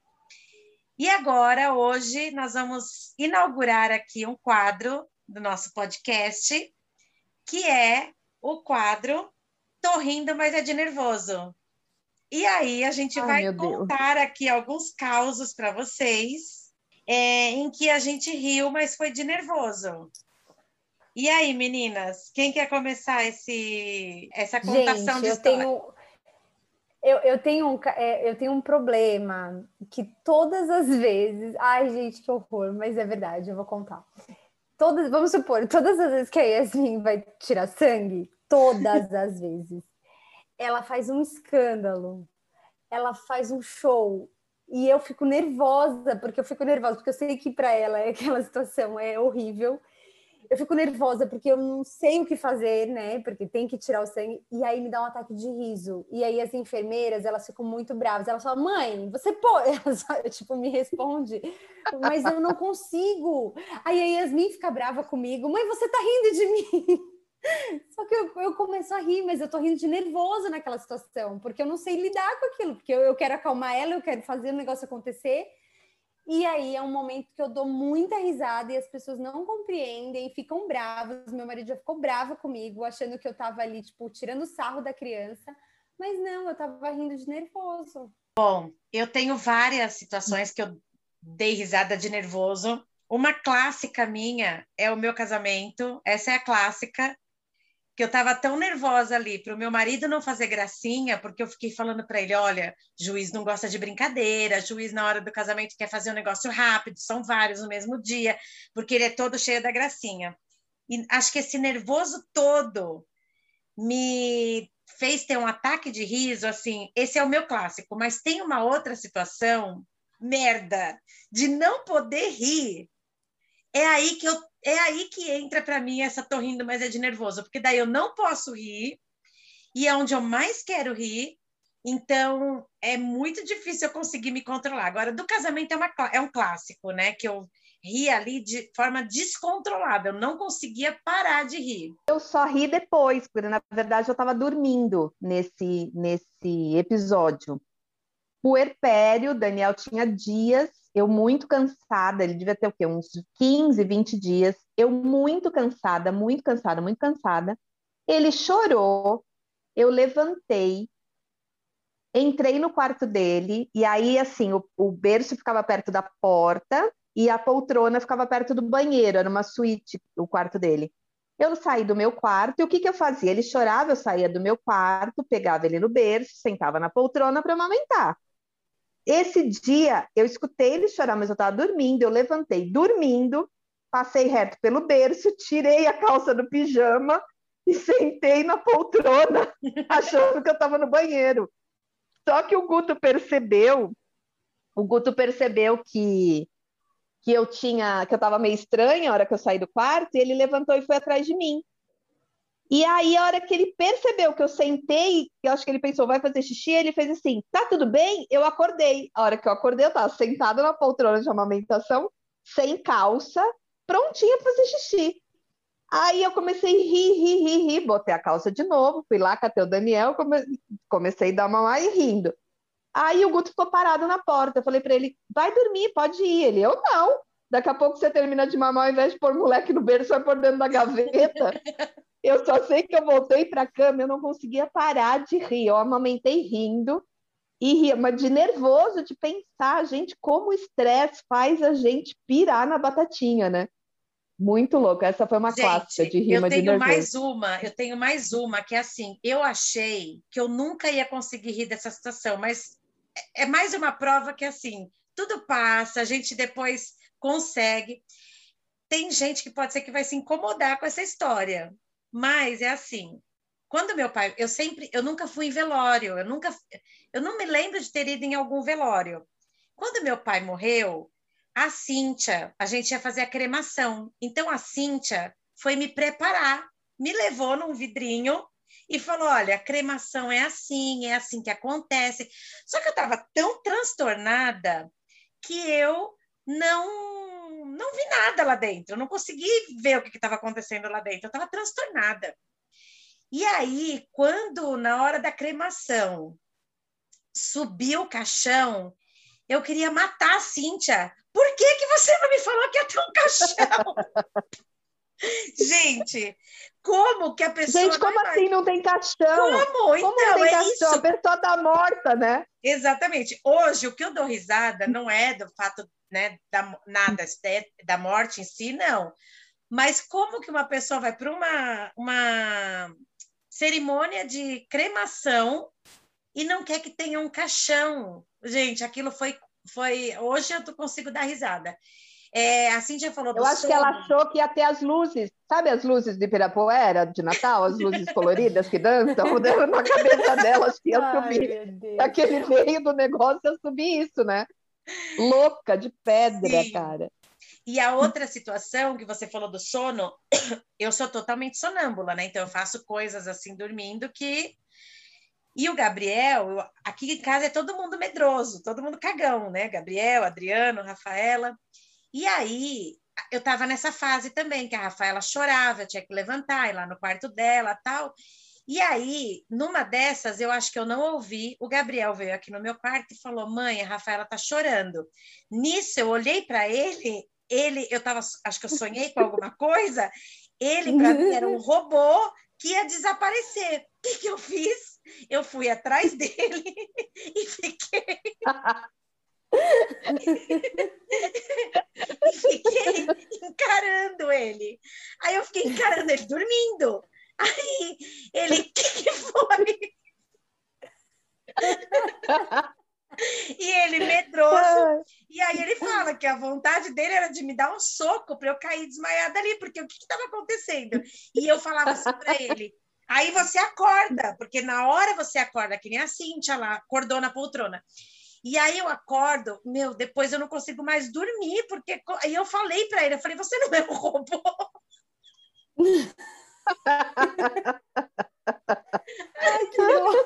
Speaker 1: E agora, hoje, nós vamos inaugurar aqui um quadro do nosso podcast, que é o quadro Tô rindo, mas é de nervoso. E aí a gente
Speaker 4: Ai,
Speaker 1: vai
Speaker 4: meu Deus.
Speaker 1: contar aqui alguns causos para vocês, é, em que a gente riu, mas foi de nervoso. E aí, meninas, quem quer começar esse, essa contação
Speaker 3: Gente,
Speaker 1: de
Speaker 3: eu
Speaker 1: história?
Speaker 3: tenho eu, eu tenho um, ca- é, eu tenho um problema que todas as vezes. Ai, gente, que horror, mas é verdade, eu vou contar. Todas, vamos supor, todas as vezes que a Yasmin vai tirar sangue, todas as vezes, ela faz um escândalo, ela faz um show. E eu fico nervosa, porque eu fico nervosa, porque eu sei que para ela aquela situação é horrível. Eu fico nervosa porque eu não sei o que fazer, né? Porque tem que tirar o sangue. E aí me dá um ataque de riso. E aí as enfermeiras, elas ficam muito bravas. Elas falam, mãe, você pode... Ela só, tipo, me responde, mas eu não consigo. Aí a Yasmin fica brava comigo. Mãe, você tá rindo de mim? Só que eu, eu começo a rir, mas eu tô rindo de nervoso naquela situação. Porque eu não sei lidar com aquilo. Porque eu, eu quero acalmar ela, eu quero fazer o negócio acontecer. E aí é um momento que eu dou muita risada e as pessoas não compreendem, ficam bravas. Meu marido já ficou bravo comigo, achando que eu tava ali, tipo, tirando sarro da criança. Mas não, eu tava rindo de nervoso.
Speaker 1: Bom, eu tenho várias situações que eu dei risada de nervoso. Uma clássica minha é o meu casamento. Essa é a clássica. Que eu estava tão nervosa ali para o meu marido não fazer gracinha, porque eu fiquei falando para ele, olha, juiz não gosta de brincadeira, juiz na hora do casamento quer fazer um negócio rápido, são vários no mesmo dia, porque ele é todo cheio da gracinha. E acho que esse nervoso todo me fez ter um ataque de riso, assim, esse é o meu clássico, mas tem uma outra situação, merda, de não poder rir. é aí que eu é aí que entra para mim essa tô rindo, mas é de nervoso, porque daí eu não posso rir, e é onde eu mais quero rir, então é muito difícil eu conseguir me controlar. Agora, do casamento é, uma, é um clássico, né? Que eu ri ali de forma descontrolada, eu não conseguia parar de rir.
Speaker 4: Eu só ri depois, porque na verdade eu estava dormindo nesse, nesse episódio. Puerpério, Daniel tinha dias, eu muito cansada, ele devia ter o quê? Uns quinze, vinte dias, eu muito cansada, muito cansada, muito cansada. Ele chorou, eu levantei, entrei no quarto dele, e aí, assim, o, o berço ficava perto da porta e a poltrona ficava perto do banheiro, era uma suíte o quarto dele. Eu saí do meu quarto, e o que que eu fazia? Ele chorava, eu saía do meu quarto, pegava ele no berço, sentava na poltrona para amamentar. Esse dia, eu escutei ele chorar, mas eu estava dormindo, eu levantei dormindo, passei reto pelo berço, tirei a calça do pijama e sentei na poltrona, achando que eu estava no banheiro. Só que o Guto percebeu, o Guto percebeu que, que eu tinha, que eu estava meio estranha a hora que eu saí do quarto, e ele levantou e foi atrás de mim. E aí, a hora que ele percebeu que eu sentei, eu acho que ele pensou, vai fazer xixi, ele fez assim, tá tudo bem? Eu acordei. A hora que eu acordei, eu estava sentada na poltrona de amamentação, sem calça, prontinha para fazer xixi. Aí eu comecei a rir, rir, rir, rir, botei a calça de novo, fui lá, catei o Daniel, come... comecei a dar mamar e rindo. Aí o Guto ficou parado na porta, eu falei para ele, vai dormir, pode ir. Ele, eu não. Daqui a pouco você termina de mamar, ao invés de pôr moleque no berço, vai pôr dentro da gaveta. Eu só sei que eu voltei para a cama, eu não conseguia parar de rir. Eu amamentei rindo e ria, mas de nervoso, de pensar, gente, como o estresse faz a gente pirar na batatinha, né? Muito louco. Essa foi uma
Speaker 1: Gente,
Speaker 4: clássica de rima
Speaker 1: eu
Speaker 4: de
Speaker 1: tenho
Speaker 4: nervoso.
Speaker 1: mais uma, eu tenho mais uma, que é assim, eu achei que eu nunca ia conseguir rir dessa situação, mas é mais uma prova que, assim, tudo passa, a gente depois consegue. Tem gente que pode ser que vai se incomodar com essa história, mas é assim, quando meu pai, eu sempre, eu nunca fui em velório, eu nunca, eu não me lembro de ter ido em algum velório. Quando meu pai morreu, a Cíntia, a gente ia fazer a cremação, então a Cíntia foi me preparar, me levou num vidrinho e falou, olha, a cremação é assim, é assim que acontece. Só que eu estava tão transtornada que eu não não vi nada lá dentro, eu não consegui ver o que estava acontecendo lá dentro, eu estava transtornada. E aí, quando na hora da cremação subiu o caixão, eu queria matar a Cíntia. Por que que você não me falou que ia ter um caixão? Gente, como que a pessoa...
Speaker 4: Gente, como assim não tem caixão?
Speaker 1: Como? Então,
Speaker 4: como não tem
Speaker 1: é
Speaker 4: caixão?
Speaker 1: isso.
Speaker 4: A pessoa tá morta, né?
Speaker 1: Exatamente. Hoje, o que eu dou risada não é do fato, né, da, nada, da morte em si, não. Mas como que uma pessoa vai para uma, uma cerimônia de cremação e não quer que tenha um caixão? Gente, aquilo foi... foi hoje eu consigo dar risada. É, a Cíntia falou do
Speaker 4: Eu acho
Speaker 1: sono.
Speaker 4: que ela achou que ia ter as luzes, sabe as luzes de Ibirapuera de Natal, as luzes coloridas que dançam? Na cabeça dela, acho que ia subir. Aquele meio do negócio ia subir isso, né? Louca, de pedra,
Speaker 1: Sim.
Speaker 4: cara.
Speaker 1: E a outra situação que você falou do sono, eu sou totalmente sonâmbula, né? Então eu faço coisas assim dormindo que... E o Gabriel, eu... aqui em casa é todo mundo medroso, todo mundo cagão, né? Gabriel, Adriano, Rafaela... E aí, eu estava nessa fase também, que a Rafaela chorava, eu tinha que levantar, ir lá no quarto dela tal. E aí, numa dessas, eu acho que eu não ouvi, o Gabriel veio aqui no meu quarto e falou, mãe, a Rafaela tá chorando. Nisso, eu olhei para ele, ele, eu tava, acho que eu sonhei com alguma coisa, ele, para mim, era um robô que ia desaparecer. O que, que eu fiz? Eu fui atrás dele e fiquei... e fiquei encarando ele. Aí eu fiquei encarando ele dormindo. Aí ele, o que, que foi? E ele medroso. E aí ele fala que a vontade dele era de me dar um soco para eu cair desmaiada ali, porque o que estava acontecendo? E eu falava assim para ele, aí você acorda, porque na hora você acorda, que nem a Cíntia lá, acordou na poltrona. E aí eu acordo, meu, depois eu não consigo mais dormir, porque aí eu falei para ele, eu falei, você não é um robô?
Speaker 3: Ai, que dó.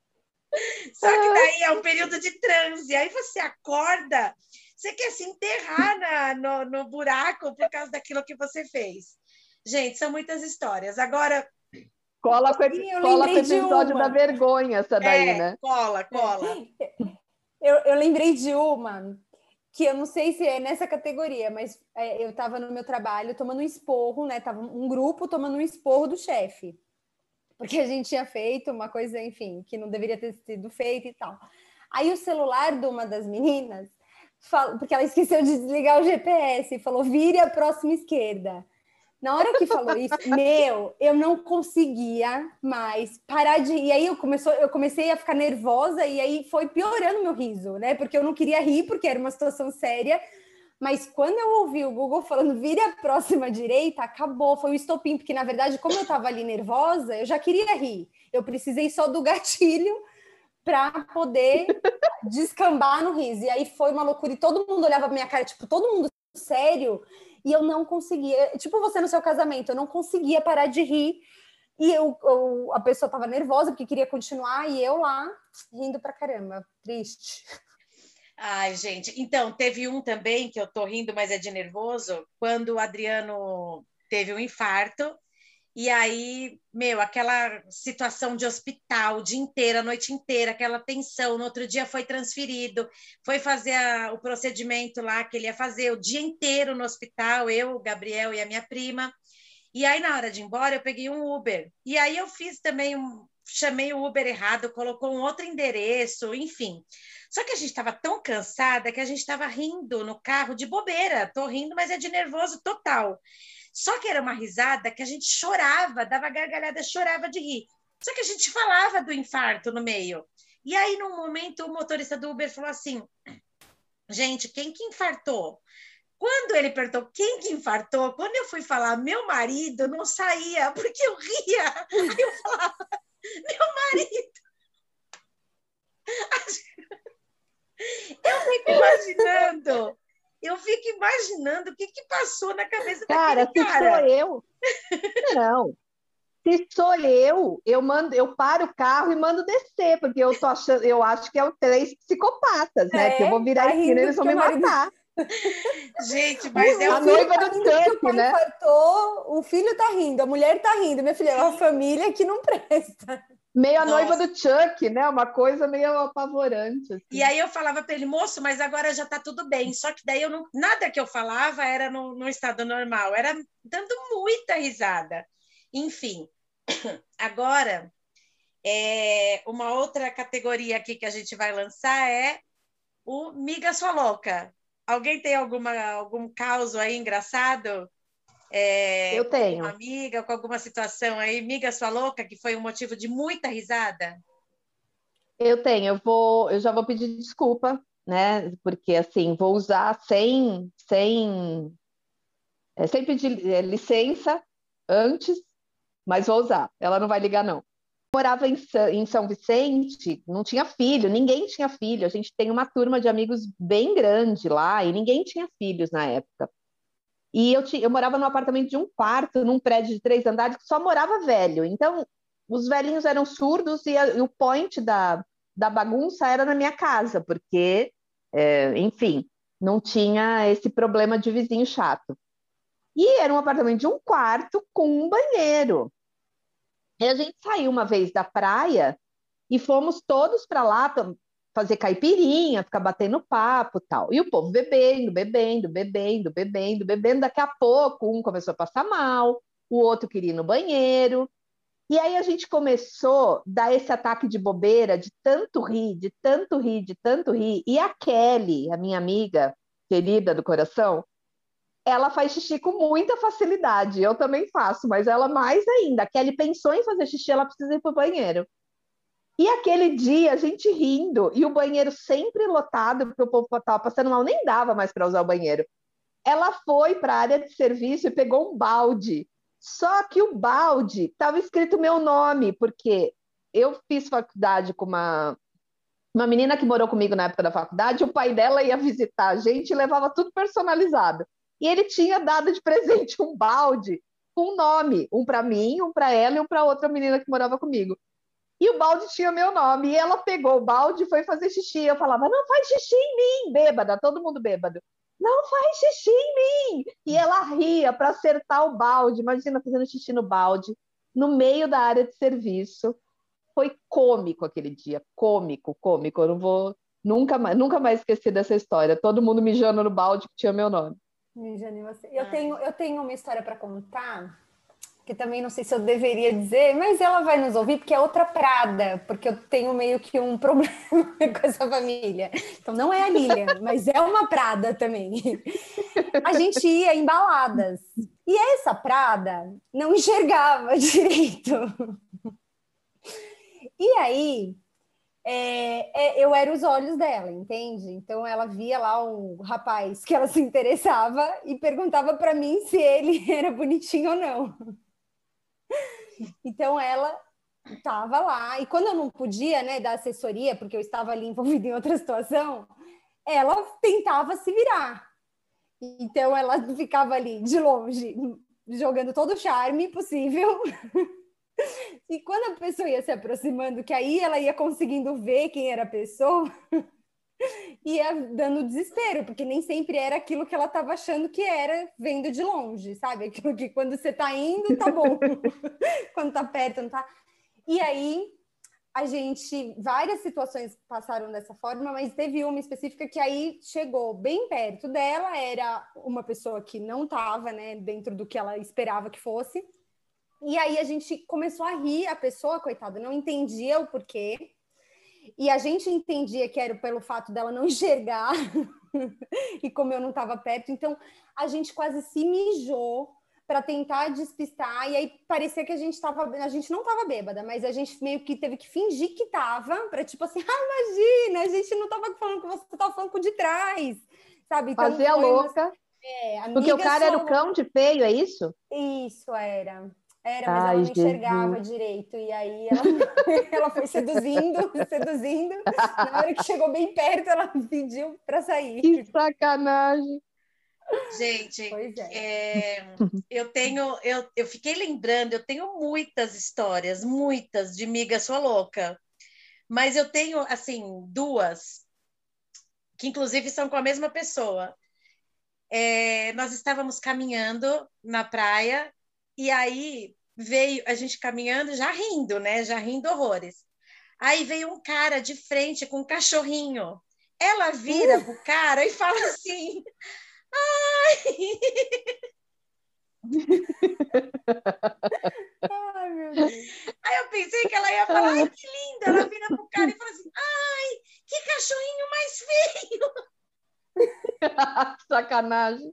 Speaker 1: Só que daí é um período de transe, aí você acorda, você quer se enterrar na, no, no buraco por causa daquilo que você fez. Gente, são muitas histórias. Agora...
Speaker 4: Cola com,
Speaker 3: Ih, eu
Speaker 4: cola com o
Speaker 3: lembrei de
Speaker 4: episódio
Speaker 3: uma.
Speaker 4: da vergonha, essa daí,
Speaker 1: É,
Speaker 4: né?
Speaker 1: cola, cola.
Speaker 3: Eu, eu lembrei de uma que eu não sei se é nessa categoria, mas é, eu estava no meu trabalho tomando um esporro, né? Tava um grupo tomando um esporro do chefe, porque a gente tinha feito uma coisa, enfim, que não deveria ter sido feita e tal. Aí o celular de uma das meninas, fala, porque ela esqueceu de desligar o G P S, e falou, vire a próxima esquerda. Na hora que falou isso, meu, eu não conseguia mais parar de rir. E aí eu, começou, eu comecei a ficar nervosa e aí foi piorando meu riso, né? Porque eu não queria rir, porque era uma situação séria. Mas quando eu ouvi o Google falando vire a próxima direita, acabou, foi o estopim. Porque, na verdade, como eu estava ali nervosa, eu já queria rir. Eu precisei só do gatilho para poder descambar no riso. E aí foi uma loucura. E todo mundo olhava pra minha cara, tipo, todo mundo sério... E eu não conseguia, tipo você no seu casamento, eu não conseguia parar de rir. E eu, eu, a pessoa estava nervosa porque queria continuar, e eu lá rindo pra caramba, triste.
Speaker 1: Ai, gente, então, teve um também que eu tô rindo, mas é de nervoso, quando o Adriano teve um infarto, e aí, meu, aquela situação de hospital o dia inteiro, a noite inteira, aquela tensão, no outro dia foi transferido, foi fazer a, o procedimento lá que ele ia fazer, o dia inteiro no hospital, eu, o Gabriel e a minha prima, e aí na hora de ir embora eu peguei um Uber, e aí eu fiz também, um, chamei o Uber errado, colocou um outro endereço, enfim. Só que a gente estava tão cansada que a gente estava rindo no carro de bobeira, tô rindo, mas é de nervoso total. Só que era uma risada que a gente chorava, dava gargalhada, chorava de rir. Só que a gente falava do infarto no meio. E aí, num momento, o motorista do Uber falou assim, gente, quem que infartou? Quando ele perguntou quem que infartou, quando eu fui falar meu marido, não saía, porque eu ria. Aí eu falava, meu marido. Eu fico imaginando... Eu fico imaginando o que, que passou na cabeça
Speaker 4: Cara,
Speaker 1: daquele
Speaker 4: se
Speaker 1: cara.
Speaker 4: sou eu... Não. Se sou eu, eu mando, eu paro o carro e mando descer, porque eu tô achando, eu acho que é o três psicopatas, né?
Speaker 3: É,
Speaker 4: que eu vou virar
Speaker 3: tá
Speaker 4: a esquina e eles vão me
Speaker 3: marido...
Speaker 4: matar.
Speaker 1: Gente, mas é
Speaker 3: o
Speaker 4: A
Speaker 1: um...
Speaker 4: noiva
Speaker 3: tá
Speaker 4: do
Speaker 3: rindo porque o
Speaker 4: Chuck,
Speaker 3: pai
Speaker 4: né?
Speaker 3: infartou, o filho tá rindo, a mulher tá rindo, minha filha, é uma família que não presta.
Speaker 4: Meio a
Speaker 1: Nossa.
Speaker 4: noiva do Chuck, né? Uma coisa meio apavorante. Assim.
Speaker 1: E aí eu falava para ele, moço, mas agora já tá tudo bem. Só que daí eu não, nada que eu falava era no, no estado normal, era dando muita risada. Enfim, agora é, uma outra categoria aqui que a gente vai lançar é o Miga Sua Louca. Alguém tem alguma, algum caos aí engraçado? É,
Speaker 4: eu tenho.
Speaker 1: Com uma amiga, com alguma situação aí, Miga Sua Louca, que foi um motivo de muita risada?
Speaker 4: Eu tenho, eu vou, eu já vou pedir desculpa, né? Porque assim, vou usar sem, sem, é, sem pedir é, licença antes, mas vou usar. Ela não vai ligar, não. Eu morava em, em São Vicente, não tinha filho, ninguém tinha filho. A gente tem uma turma de amigos bem grande lá e ninguém tinha filhos na época. E eu, tinha, eu morava num apartamento de um quarto, num prédio de três andares, que só morava velho. Então, os velhinhos eram surdos e, a, e o point da, da bagunça era na minha casa, porque, é, enfim, não tinha esse problema de vizinho chato. E era um apartamento de um quarto com um banheiro. E a gente saiu uma vez da praia e fomos todos para lá fazer caipirinha, ficar batendo papo e tal. E o povo bebendo, bebendo, bebendo, bebendo, bebendo. Daqui a pouco, um começou a passar mal, o outro queria ir no banheiro. E aí a gente começou a dar esse ataque de bobeira, de tanto rir, de tanto rir, de tanto rir. E a Kelly, a minha amiga querida do coração, ela faz xixi com muita facilidade. Eu também faço, mas ela mais ainda. A Kelly pensou em fazer xixi, ela precisa ir para o banheiro. E aquele dia, a gente rindo, e o banheiro sempre lotado, porque o povo estava passando mal, nem dava mais para usar o banheiro. Ela foi para a área de serviço e pegou um balde. Só que o balde estava escrito meu nome, porque eu fiz faculdade com uma, Uma menina que morou comigo na época da faculdade, o pai dela ia visitar a gente e levava tudo personalizado. E ele tinha dado de presente um balde com um nome, um para mim, um para ela e um para outra menina que morava comigo. E o balde tinha meu nome. E ela pegou o balde e foi fazer xixi. Eu falava, não faz xixi em mim, bêbada, todo mundo bêbado. Não faz xixi em mim. E ela ria para acertar o balde. Imagina fazendo xixi no balde, no meio da área de serviço. Foi cômico aquele dia, cômico, cômico. Eu não vou nunca mais, nunca mais esquecer dessa história. Todo mundo mijando no balde que tinha meu nome.
Speaker 3: Mijando em você. Eu tenho, eu tenho uma história para contar, que também não sei se eu deveria dizer, mas ela vai nos ouvir, porque é outra Prada, porque eu tenho meio que um problema com essa família. Então não é a Lilian, mas é uma Prada também. A gente ia em baladas, e essa Prada não enxergava direito. E aí, é, é, eu era os olhos dela, entende? Então ela via lá um rapaz que ela se interessava e perguntava para mim se ele era bonitinho ou não. Então ela estava lá, e quando eu não podia, né, dar assessoria, porque eu estava ali envolvida em outra situação, ela tentava se virar. Então ela ficava ali de longe, jogando todo o charme possível. E quando a pessoa ia se aproximando, que aí ela ia conseguindo ver quem era a pessoa, ia dando desespero, porque nem sempre era aquilo que ela estava achando que era, vendo de longe, sabe? Aquilo que quando você está indo, tá bom. Quando está perto, não tá. E aí, a gente, várias situações passaram dessa forma, mas teve uma específica que aí chegou bem perto dela, era uma pessoa que não estava, né, dentro do que ela esperava que fosse. E aí a gente começou a rir, a pessoa, coitada, não entendia o porquê. E a gente entendia que era pelo fato dela não enxergar e como eu não estava perto. Então, a gente quase se mijou para tentar despistar. E aí parecia que a gente estava... A gente não estava bêbada, mas a gente meio que teve que fingir que estava, para tipo assim, ah, imagina, a gente não estava falando com você, estava falando com o de trás, sabe? Então,
Speaker 4: fazer a louca. Uma... É, porque o cara era o cão de feio, é isso?
Speaker 3: Isso, era... Era, mas
Speaker 4: Ai,
Speaker 3: ela não
Speaker 4: Jesus.
Speaker 3: enxergava direito. E aí ela, ela foi seduzindo, seduzindo. Na hora que chegou bem perto, ela pediu para sair.
Speaker 4: Que sacanagem.
Speaker 1: Gente, é. É, eu tenho, eu, eu fiquei lembrando, eu tenho muitas histórias, muitas de miga sua louca. Mas eu tenho, assim, duas, que inclusive são com a mesma pessoa. É, nós estávamos caminhando na praia, e aí veio a gente caminhando, já rindo, né? Já rindo horrores. Aí veio um cara de frente com um cachorrinho. Ela vira uh. pro cara e fala assim: ai!
Speaker 3: Ai, meu Deus.
Speaker 1: Aí eu pensei que ela ia falar: ai, que linda! Ela vira pro cara e fala assim: ai, que cachorrinho mais feio!
Speaker 4: Sacanagem.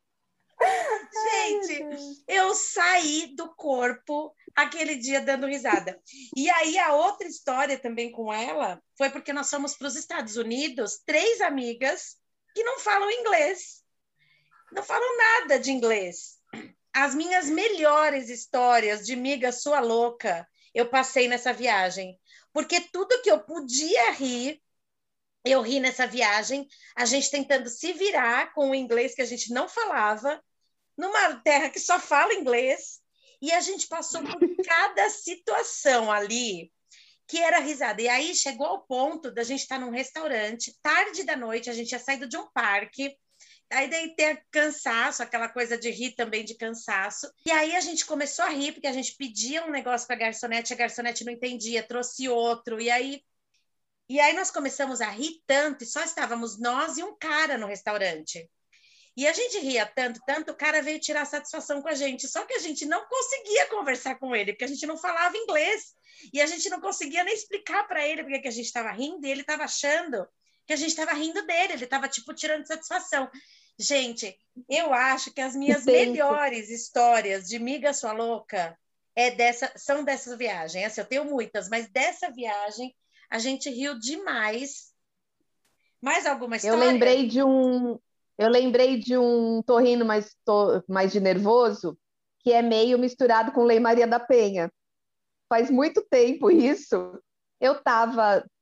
Speaker 1: Gente, eu saí do corpo aquele dia dando risada. E aí a outra história também com ela foi porque nós fomos para os Estados Unidos, três amigas que não falam inglês, não falam nada de inglês. As minhas melhores histórias de miga sua louca eu passei nessa viagem, porque tudo que eu podia rir, eu ri nessa viagem, a gente tentando se virar com o inglês que a gente não falava, numa terra que só fala inglês, e a gente passou por cada situação ali que era risada. E aí chegou ao ponto da gente estar num restaurante, tarde da noite, a gente tinha saído de um parque, aí daí ter cansaço, aquela coisa de rir também de cansaço, e aí a gente começou a rir, porque a gente pedia um negócio para a garçonete, a garçonete não entendia, trouxe outro, e aí, e aí nós começamos a rir tanto, e só estávamos nós e um cara no restaurante. E a gente ria tanto, tanto, o cara veio tirar satisfação com a gente, só que a gente não conseguia conversar com ele, porque a gente não falava inglês, e a gente não conseguia nem explicar para ele porque que a gente estava rindo, e ele estava achando que a gente estava rindo dele, ele estava, tipo, tirando satisfação. Gente, eu acho que as minhas que melhores histórias de miga sua louca é dessa, são dessa viagem. Assim, eu tenho muitas, mas dessa viagem a gente riu demais. Mais alguma história?
Speaker 4: Eu lembrei de um... Eu lembrei de um torrino mais, to, mais de nervoso, que é meio misturado com Lei Maria da Penha. Faz muito tempo isso. Eu estava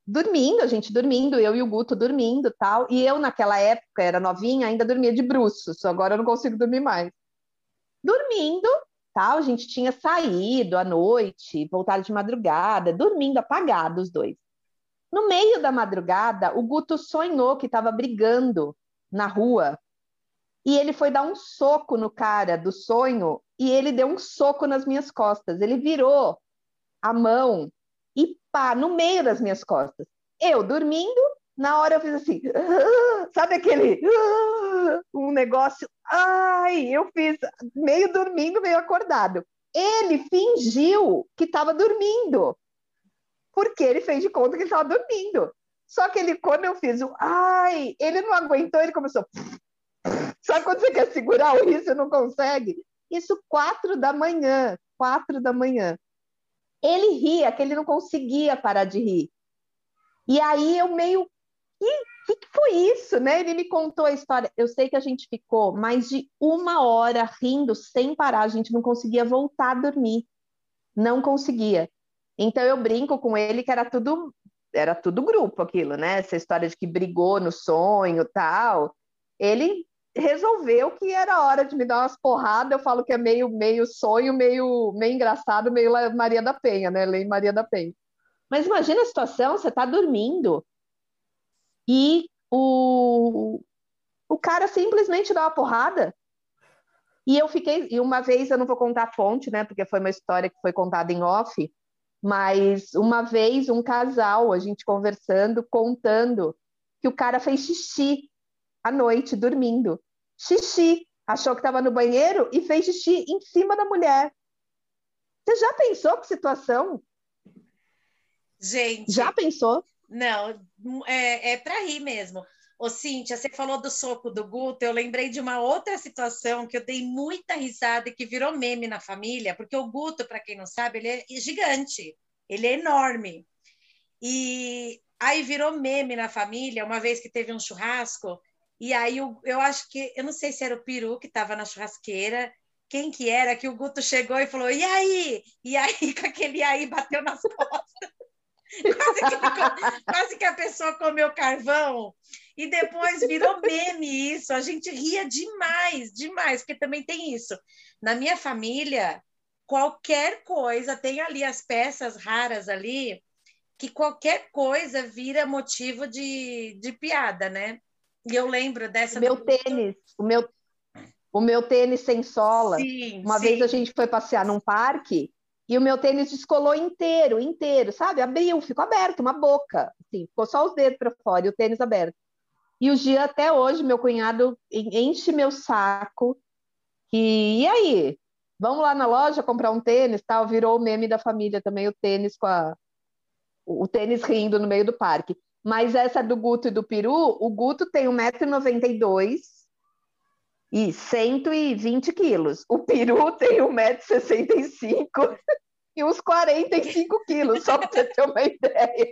Speaker 4: dormindo, a gente dormindo, eu e o Guto dormindo, tal, e eu naquela época, era novinha, ainda dormia de bruços, agora eu não consigo dormir mais. Dormindo, tal, a gente tinha saído à noite, voltado de madrugada, dormindo, apagados os dois. No meio da madrugada, o Guto sonhou que estava brigando na rua, e ele foi dar um soco no cara do sonho, e ele deu um soco nas minhas costas, ele virou a mão e pá, no meio das minhas costas. Eu dormindo, na hora eu fiz assim, ah, sabe aquele, ah, um negócio, ai, eu fiz meio dormindo, meio acordado. Ele fingiu que estava dormindo, porque ele fez de conta que ele estava dormindo. Só que ele, quando eu fiz o, ai, ele não aguentou, ele começou, sabe quando você quer segurar o riso e não consegue? Isso quatro da manhã, quatro da manhã. Ele ria, que ele não conseguia parar de rir. E aí eu meio... O que, que foi isso, né? Ele me contou a história. Eu sei que a gente ficou mais de uma hora rindo sem parar. A gente não conseguia voltar a dormir. Não conseguia. Então eu brinco com ele que era tudo, era tudo grupo aquilo, né? Essa história de que brigou no sonho e tal. Ele resolveu que era hora de me dar umas porradas. Eu falo que é meio, meio sonho, meio, meio engraçado, meio Maria da Penha, né? Lei Maria da Penha. Mas imagina a situação, você tá dormindo e o, o cara simplesmente dá uma porrada. E eu fiquei... E uma vez, eu não vou contar a fonte, né? Porque foi uma história que foi contada em off, mas uma vez um casal, a gente conversando, contando que o cara fez xixi à noite, dormindo. Xixi, achou que estava no banheiro e fez xixi em cima da mulher. Você já pensou que situação?
Speaker 1: Gente,
Speaker 4: já pensou?
Speaker 1: Não, é, é para rir mesmo. Ô, Cíntia, você falou do soco do Guto, eu lembrei de uma outra situação que eu dei muita risada e que virou meme na família, porque o Guto, para quem não sabe, ele é gigante, ele é enorme. E aí virou meme na família, uma vez que teve um churrasco, e aí eu, eu acho que, eu não sei se era o Peru que estava na churrasqueira, quem que era, que o Guto chegou e falou, e aí? E aí, com aquele aí, bateu nas costas. Quase que, quase que a pessoa comeu carvão. E depois virou meme isso. A gente ria demais, demais, porque também tem isso. Na minha família, qualquer coisa, tem ali as peças raras ali, que qualquer coisa vira motivo de, de piada, né? E eu lembro dessa...
Speaker 4: O meu
Speaker 1: do...
Speaker 4: tênis, o meu, o meu tênis sem sola.
Speaker 1: Sim,
Speaker 4: Uma
Speaker 1: sim.
Speaker 4: vez a gente foi passear num parque e o meu tênis descolou inteiro, inteiro, sabe? Abriu, ficou aberto, uma boca. Assim, ficou só os dedos para fora e o tênis aberto. E o Gia, até hoje, meu cunhado enche meu saco. E, e aí? Vamos lá na loja comprar um tênis, tal? Virou o meme da família também, o tênis com a... o tênis rindo no meio do parque. Mas essa do Guto e do Peru, o Guto tem um metro e noventa e dois e cento e vinte quilos. O Peru tem um metro e sessenta e cinco e uns quarenta e cinco quilos, só para você ter uma ideia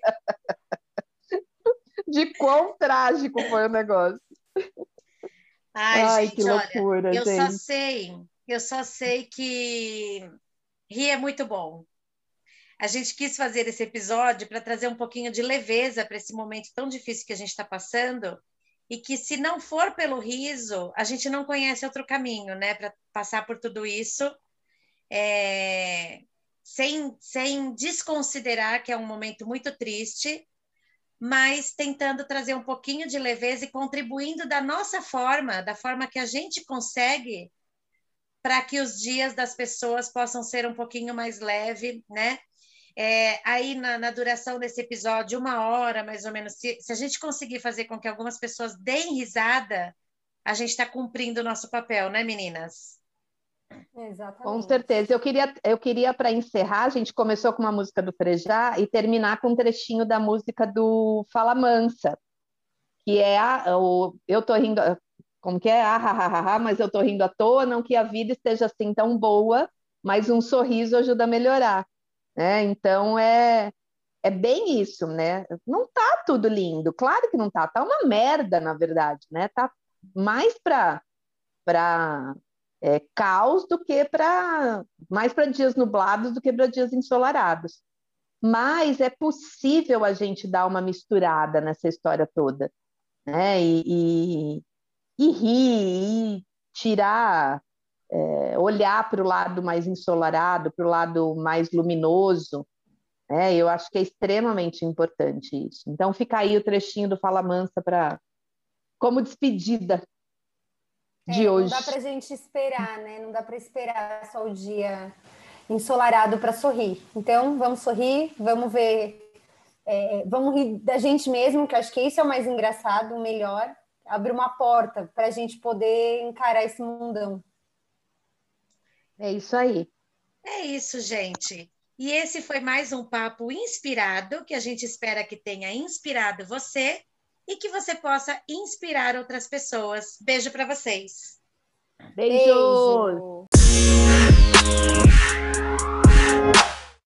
Speaker 4: de quão trágico foi o negócio.
Speaker 1: Ai,
Speaker 4: Ai,
Speaker 1: gente,
Speaker 4: que loucura,
Speaker 1: olha, eu
Speaker 4: gente.
Speaker 1: só sei, eu só sei que rir é muito bom. A gente quis fazer esse episódio para trazer um pouquinho de leveza para esse momento tão difícil que a gente está passando, e que se não for pelo riso, a gente não conhece outro caminho, né, para passar por tudo isso, é... sem, sem desconsiderar que é um momento muito triste, mas tentando trazer um pouquinho de leveza e contribuindo da nossa forma, da forma que a gente consegue, para que os dias das pessoas possam ser um pouquinho mais leve, né? É, aí na, na duração desse episódio, uma hora mais ou menos, se, se a gente conseguir fazer com que algumas pessoas deem risada, a gente está cumprindo o nosso papel, né, meninas?
Speaker 3: Exatamente.
Speaker 4: Com certeza. Eu queria, eu queria para encerrar, a gente começou com uma música do Frejá e terminar com um trechinho da música do Fala Mansa, que é a, o, eu tô rindo, como que é? Ah, ah, ah, ah, mas eu tô rindo à toa, não que a vida esteja assim tão boa, mas um sorriso ajuda a melhorar. Né? Então é, é bem isso, né? Não tá tudo lindo, claro que não tá, tá uma merda, na verdade, né? Tá mais para para é, caos do que para mais para dias nublados do que para dias ensolarados. mas é possível a gente dar uma misturada nessa história toda, né? E, e, e rir, e tirar, é, olhar para o lado mais ensolarado, para o lado mais luminoso, né? Eu acho que é extremamente importante isso. Então fica aí o trechinho do Fala Mansa para como despedida de
Speaker 3: É,
Speaker 4: hoje.
Speaker 3: não dá para a gente esperar, né? Não dá para esperar só o dia ensolarado para sorrir. Então, vamos sorrir, vamos ver, é, vamos rir da gente mesmo, que acho que isso é o mais engraçado, o melhor. Abrir uma porta para a gente poder encarar esse mundão.
Speaker 4: É isso aí.
Speaker 1: É isso, gente. E esse foi mais um papo inspirado, que a gente espera que tenha inspirado você e que você possa inspirar outras pessoas. Beijo para vocês.
Speaker 4: Beijos!
Speaker 3: Beijo!